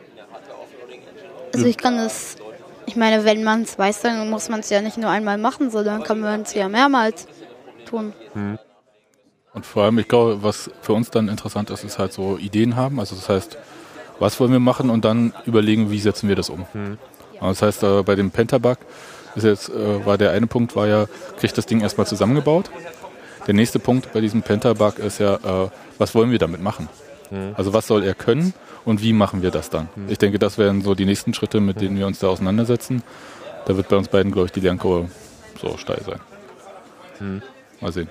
Also ich kann das, ich meine, wenn man es weiß, dann muss man es ja nicht nur einmal machen, sondern kann man es ja mehrmals tun. Und vor allem, ich glaube, was für uns dann interessant ist, ist halt so Ideen haben. Also das heißt, was wollen wir machen und dann überlegen, wie setzen wir das um. Das heißt, bei dem Pentabug war der eine Punkt, kriegt das Ding erstmal zusammengebaut. Der nächste Punkt bei diesem Pentabug ist ja, was wollen wir damit machen? Also was soll er können und wie machen wir das dann? Ich denke, das wären so die nächsten Schritte, mit denen wir uns da auseinandersetzen. Da wird bei uns beiden, glaube ich, die Lernkurve so steil sein. Mal sehen.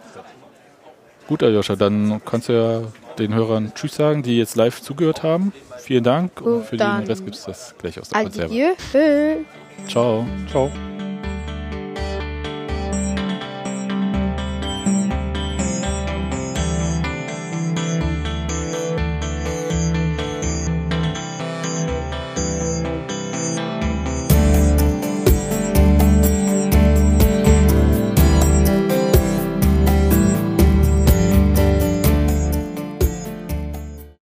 Gut, Aljoscha, dann kannst du ja den Hörern Tschüss sagen, die jetzt live zugehört haben. Vielen Dank. Und für den Rest gibt es das gleich aus der Konserve. Adieu. Ciao. Ciao.